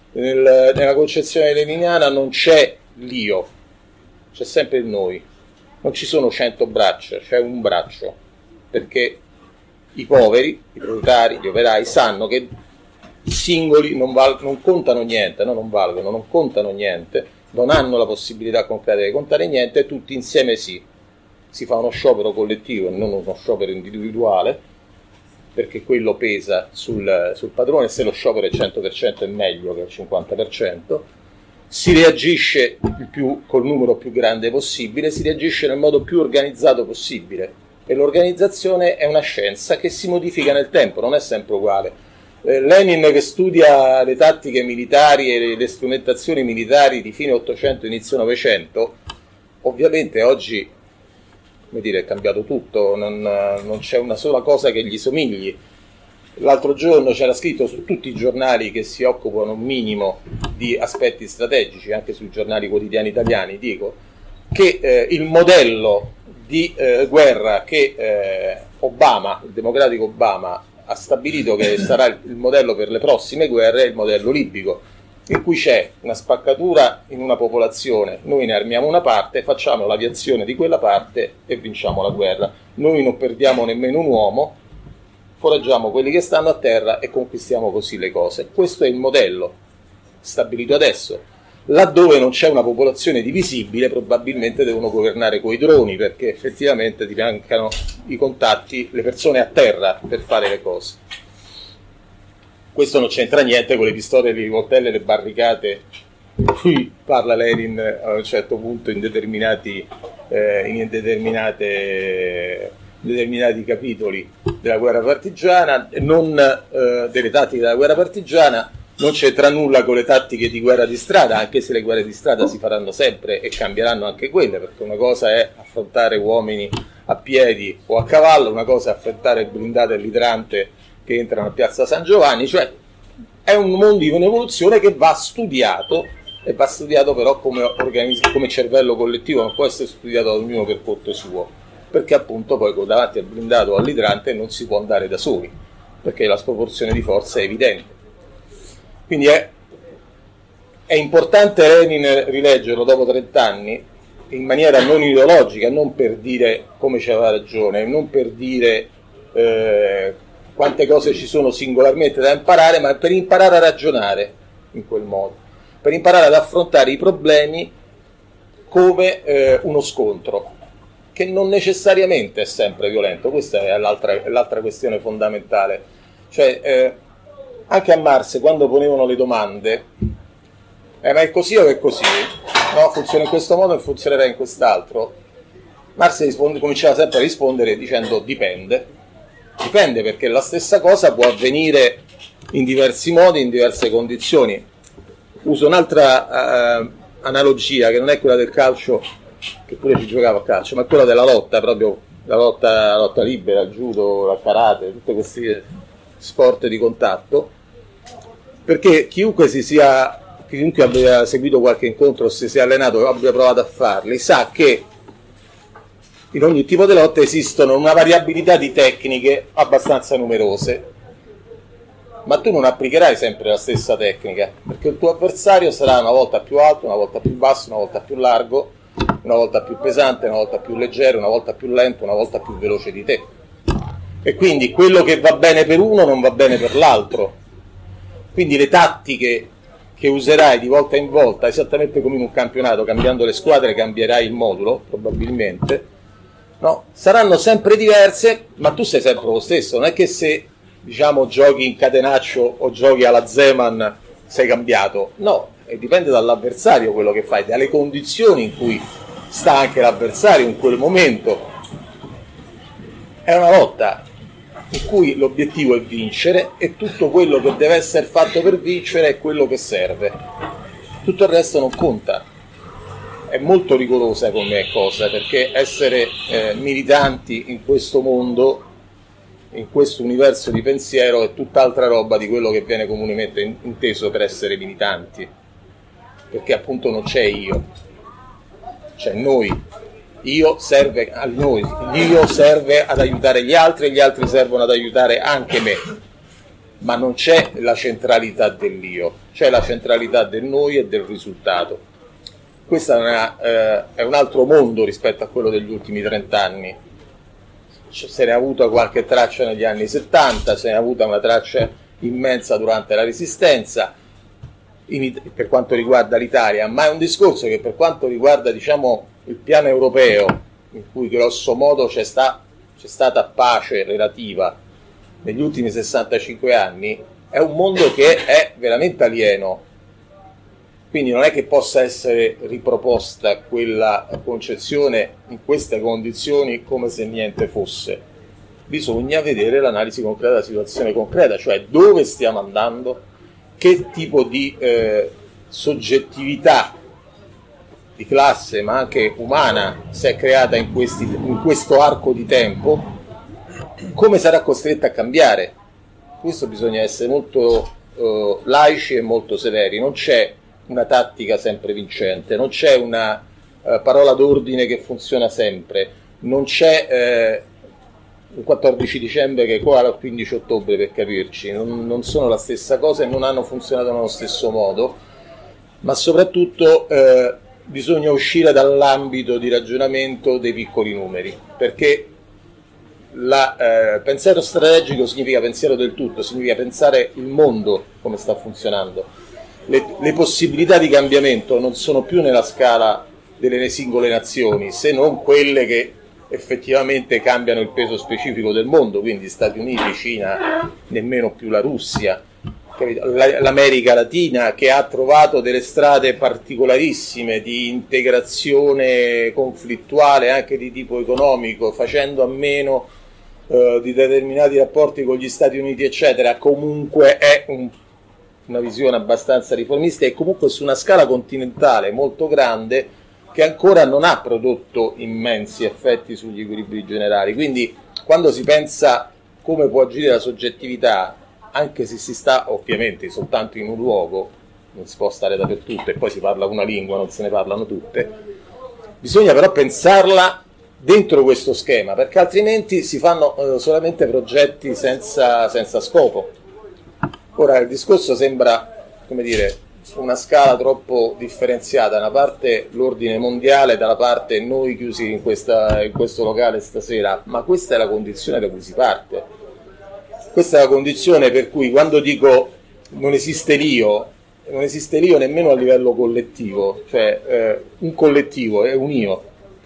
Nella concezione leniniana non c'è l'io, c'è sempre il noi. Non ci sono 100 braccia, c'è un braccio, perché i poveri, i proletari, gli operai sanno che i singoli non contano niente, no? Non valgono, non contano niente, non hanno la possibilità concreta di contare niente, e tutti insieme sì. Si fa uno sciopero collettivo e non uno sciopero individuale, perché quello pesa sul padrone, e se lo sciopero è 100% è meglio che il 50%, si reagisce col numero più grande possibile, si reagisce nel modo più organizzato possibile, e l'organizzazione è una scienza che si modifica nel tempo, non è sempre uguale. Lenin, che studia le tattiche militari e le strumentazioni militari di fine 800 inizio 900, ovviamente oggi, come dire, è cambiato tutto, non c'è una sola cosa che gli somigli. L'altro giorno c'era scritto su tutti i giornali che si occupano un minimo di aspetti strategici, anche sui giornali quotidiani italiani, dico, che il modello di guerra che Obama, il democratico Obama, ha stabilito che sarà il modello per le prossime guerre è il modello libico, in cui c'è una spaccatura in una popolazione, noi ne armiamo una parte, facciamo l'aviazione di quella parte e vinciamo la guerra. Noi non perdiamo nemmeno un uomo, foraggiamo quelli che stanno a terra e conquistiamo così le cose. Questo è il modello stabilito adesso. Laddove non c'è una popolazione divisibile, probabilmente devono governare coi droni, perché effettivamente ti mancano i contatti, le persone a terra per fare le cose. Questo non c'entra niente con le pistole, le rivoltelle, le barricate di cui parla Lenin a un certo punto in determinati capitoli della guerra partigiana, non delle tattiche della guerra partigiana. Non c'entra nulla con le tattiche di guerra di strada, anche se le guerre di strada si faranno sempre e cambieranno anche quelle, perché una cosa è affrontare uomini a piedi o a cavallo, una cosa è affrontare il blindato e l'idrante che entrano a Piazza San Giovanni, cioè è un mondo in evoluzione che va studiato, e va studiato però come cervello collettivo, non può essere studiato da ognuno per conto suo, perché appunto poi davanti al blindato o all'idrante non si può andare da soli, perché la sproporzione di forza è evidente. Quindi è importante Lenin rileggerlo dopo 30 anni in maniera non ideologica, non per dire come c'aveva ragione, non per dire quante cose ci sono singolarmente da imparare, ma per imparare a ragionare in quel modo, per imparare ad affrontare i problemi come uno scontro, che non necessariamente è sempre violento. Questa è l'altra questione fondamentale. Cioè, anche a Marx, quando ponevano le domande, ma è così o è così? No, funziona in questo modo e funzionerà in quest'altro. Marx cominciava sempre a rispondere dicendo dipende, perché la stessa cosa può avvenire in diversi modi, in diverse condizioni. Uso un'altra analogia che non è quella del calcio, che pure ci giocava a calcio, ma quella della lotta, proprio la lotta libera, il judo, il karate, tutti questi sport di contatto, perché chiunque abbia seguito qualche incontro, se si è allenato o abbia provato a farli, sa che in ogni tipo di lotta esistono una variabilità di tecniche abbastanza numerose, ma tu non applicherai sempre la stessa tecnica, perché il tuo avversario sarà una volta più alto, una volta più basso, una volta più largo, una volta più pesante, una volta più leggero, una volta più lento, una volta più veloce di te. E quindi quello che va bene per uno non va bene per l'altro. Quindi le tattiche che userai di volta in volta, esattamente come in un campionato, cambiando le squadre cambierai il modulo, probabilmente, no? Saranno sempre diverse, ma tu sei sempre lo stesso. Non è che se, diciamo, giochi in catenaccio o giochi alla Zeman sei cambiato, no, dipende dall'avversario quello che fai, dalle condizioni in cui sta anche l'avversario in quel momento. È una lotta in cui l'obiettivo è vincere e tutto quello che deve essere fatto per vincere è quello che serve, tutto il resto non conta. È molto rigorosa come cosa, perché essere militanti in questo mondo, in questo universo di pensiero, è tutt'altra roba di quello che viene comunemente inteso per essere militanti, perché appunto non c'è io, c'è noi. Io serve a noi, l'io serve ad aiutare gli altri e gli altri servono ad aiutare anche me, ma non c'è la centralità dell'io, c'è la centralità del noi e del risultato. Questo è un altro mondo rispetto a quello degli ultimi 30 anni. Se ne è avuta qualche traccia negli anni 70, se ne è avuta una traccia immensa durante la Resistenza, per quanto riguarda l'Italia, ma è un discorso che per quanto riguarda, diciamo, il piano europeo, in cui grosso modo c'è stata pace relativa negli ultimi 65 anni, è un mondo che è veramente alieno. Quindi non è che possa essere riproposta quella concezione in queste condizioni come se niente fosse. Bisogna vedere l'analisi concreta della situazione concreta, cioè dove stiamo andando, che tipo di soggettività di classe ma anche umana si è creata in questo arco di tempo, come sarà costretta a cambiare. Questo bisogna essere molto laici e molto severi. Non c'è una tattica sempre vincente, non c'è una parola d'ordine che funziona sempre, non c'è il 14 dicembre che è uguale al 15 ottobre, per capirci, non sono la stessa cosa e non hanno funzionato nello stesso modo, ma soprattutto bisogna uscire dall'ambito di ragionamento dei piccoli numeri, perché pensiero strategico significa pensiero del tutto, significa pensare il mondo come sta funzionando. Le possibilità di cambiamento non sono più nella scala delle singole nazioni, se non quelle che effettivamente cambiano il peso specifico del mondo, quindi Stati Uniti, Cina, nemmeno più la Russia, l'America Latina, che ha trovato delle strade particolarissime di integrazione conflittuale anche di tipo economico, facendo a meno di determinati rapporti con gli Stati Uniti eccetera. Comunque è una visione abbastanza riformista e comunque su una scala continentale molto grande, che ancora non ha prodotto immensi effetti sugli equilibri generali. Quindi quando si pensa come può agire la soggettività, anche se si sta ovviamente soltanto in un luogo, non si può stare dappertutto e poi si parla una lingua, non se ne parlano tutte, bisogna però pensarla dentro questo schema, perché altrimenti si fanno solamente progetti senza scopo. Ora il discorso sembra, come dire, su una scala troppo differenziata, da una parte l'ordine mondiale, dalla parte noi chiusi in questo locale stasera, ma questa è la condizione da cui si parte. Questa è la condizione per cui quando dico non esiste l'io nemmeno a livello collettivo, cioè un collettivo è un io,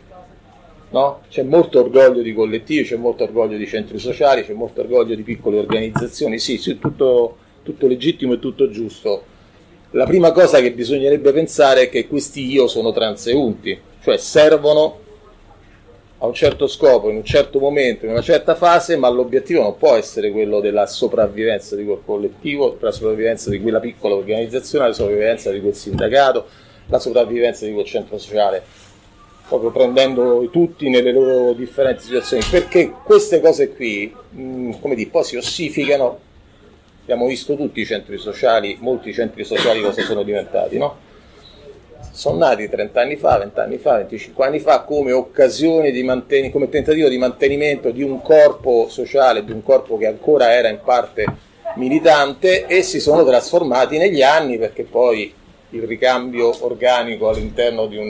no? C'è molto orgoglio di collettivi, c'è molto orgoglio di centri sociali, c'è molto orgoglio di piccole organizzazioni, sì, tutto legittimo e tutto giusto. La prima cosa che bisognerebbe pensare è che questi io sono transeunti, cioè servono a un certo scopo, in un certo momento, in una certa fase, ma l'obiettivo non può essere quello della sopravvivenza di quel collettivo, la sopravvivenza di quella piccola organizzazione, la sopravvivenza di quel sindacato, la sopravvivenza di quel centro sociale, proprio prendendo tutti nelle loro differenti situazioni, perché queste cose qui, come dire, poi si ossificano. Abbiamo visto tutti i centri sociali, molti centri sociali cosa sono diventati, no? sono nati 30 anni fa, 20 anni fa, 25 anni fa come occasione come tentativo di mantenimento di un corpo sociale, di un corpo che ancora era in parte militante, e si sono trasformati negli anni, perché poi il ricambio organico all'interno di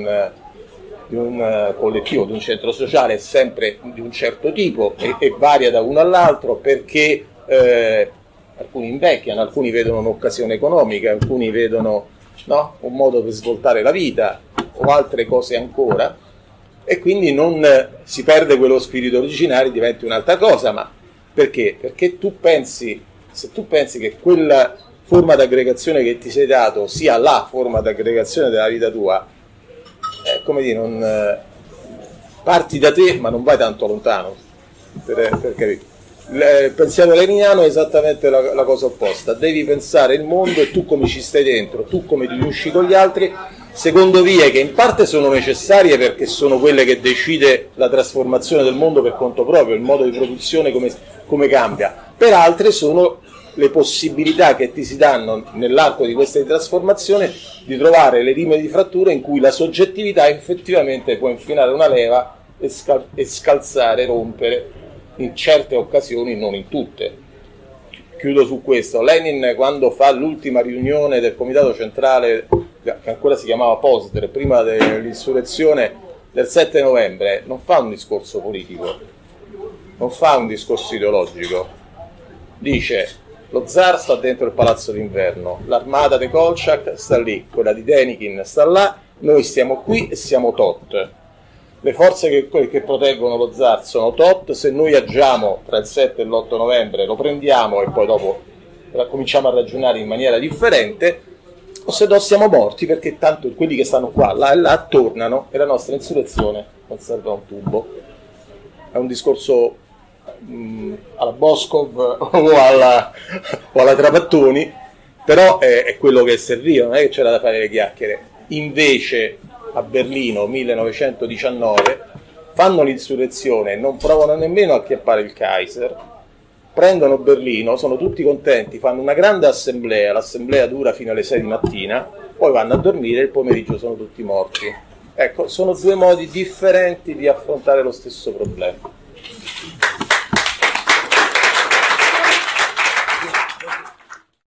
un collettivo, di un centro sociale è sempre di un certo tipo e varia da uno all'altro, perché alcuni invecchiano, alcuni vedono un'occasione economica, alcuni vedono un modo per svoltare la vita o altre cose ancora, e quindi non si perde quello spirito originario, diventa un'altra cosa. Ma perché? Perché se tu pensi che quella forma d'aggregazione che ti sei dato sia la forma d'aggregazione della vita tua, come dire, parti da te ma non vai tanto lontano, per capire. Il pensiero leniniano è esattamente la cosa opposta: devi pensare il mondo e tu come ci stai dentro, tu come ti riusci con gli altri, secondo vie che in parte sono necessarie perché sono quelle che decide la trasformazione del mondo per conto proprio, il modo di produzione come cambia, per altre sono le possibilità che ti si danno nell'arco di questa trasformazione di trovare le rime di frattura in cui la soggettività effettivamente può infilare una leva e scalzare, rompere in certe occasioni, non in tutte. Chiudo su questo. Lenin, quando fa l'ultima riunione del comitato centrale, che ancora si chiamava Posdre, prima dell'insurrezione del 7 novembre, non fa un discorso politico, non fa un discorso ideologico, dice: lo zar sta dentro il palazzo d'inverno, l'armata di Kolchak sta lì, quella di Denikin sta là, noi stiamo qui e siamo tot. Le forze che proteggono lo zar sono tot, se noi agiamo tra il 7 e l'8 novembre lo prendiamo e poi dopo cominciamo a ragionare in maniera differente, o se no siamo morti, perché tanto quelli che stanno qua, là e là tornano e la nostra insurrezione non serve a un tubo. È un discorso alla Boscov o alla Trapattoni, però è quello che serviva, non è che c'era da fare le chiacchiere. Invece a Berlino 1919 fanno l'insurrezione, non provano nemmeno a acchiappare il Kaiser, prendono Berlino, sono tutti contenti, fanno una grande assemblea, l'assemblea dura fino alle 6 di mattina, poi vanno a dormire e il pomeriggio sono tutti morti. Ecco, sono due modi differenti di affrontare lo stesso problema.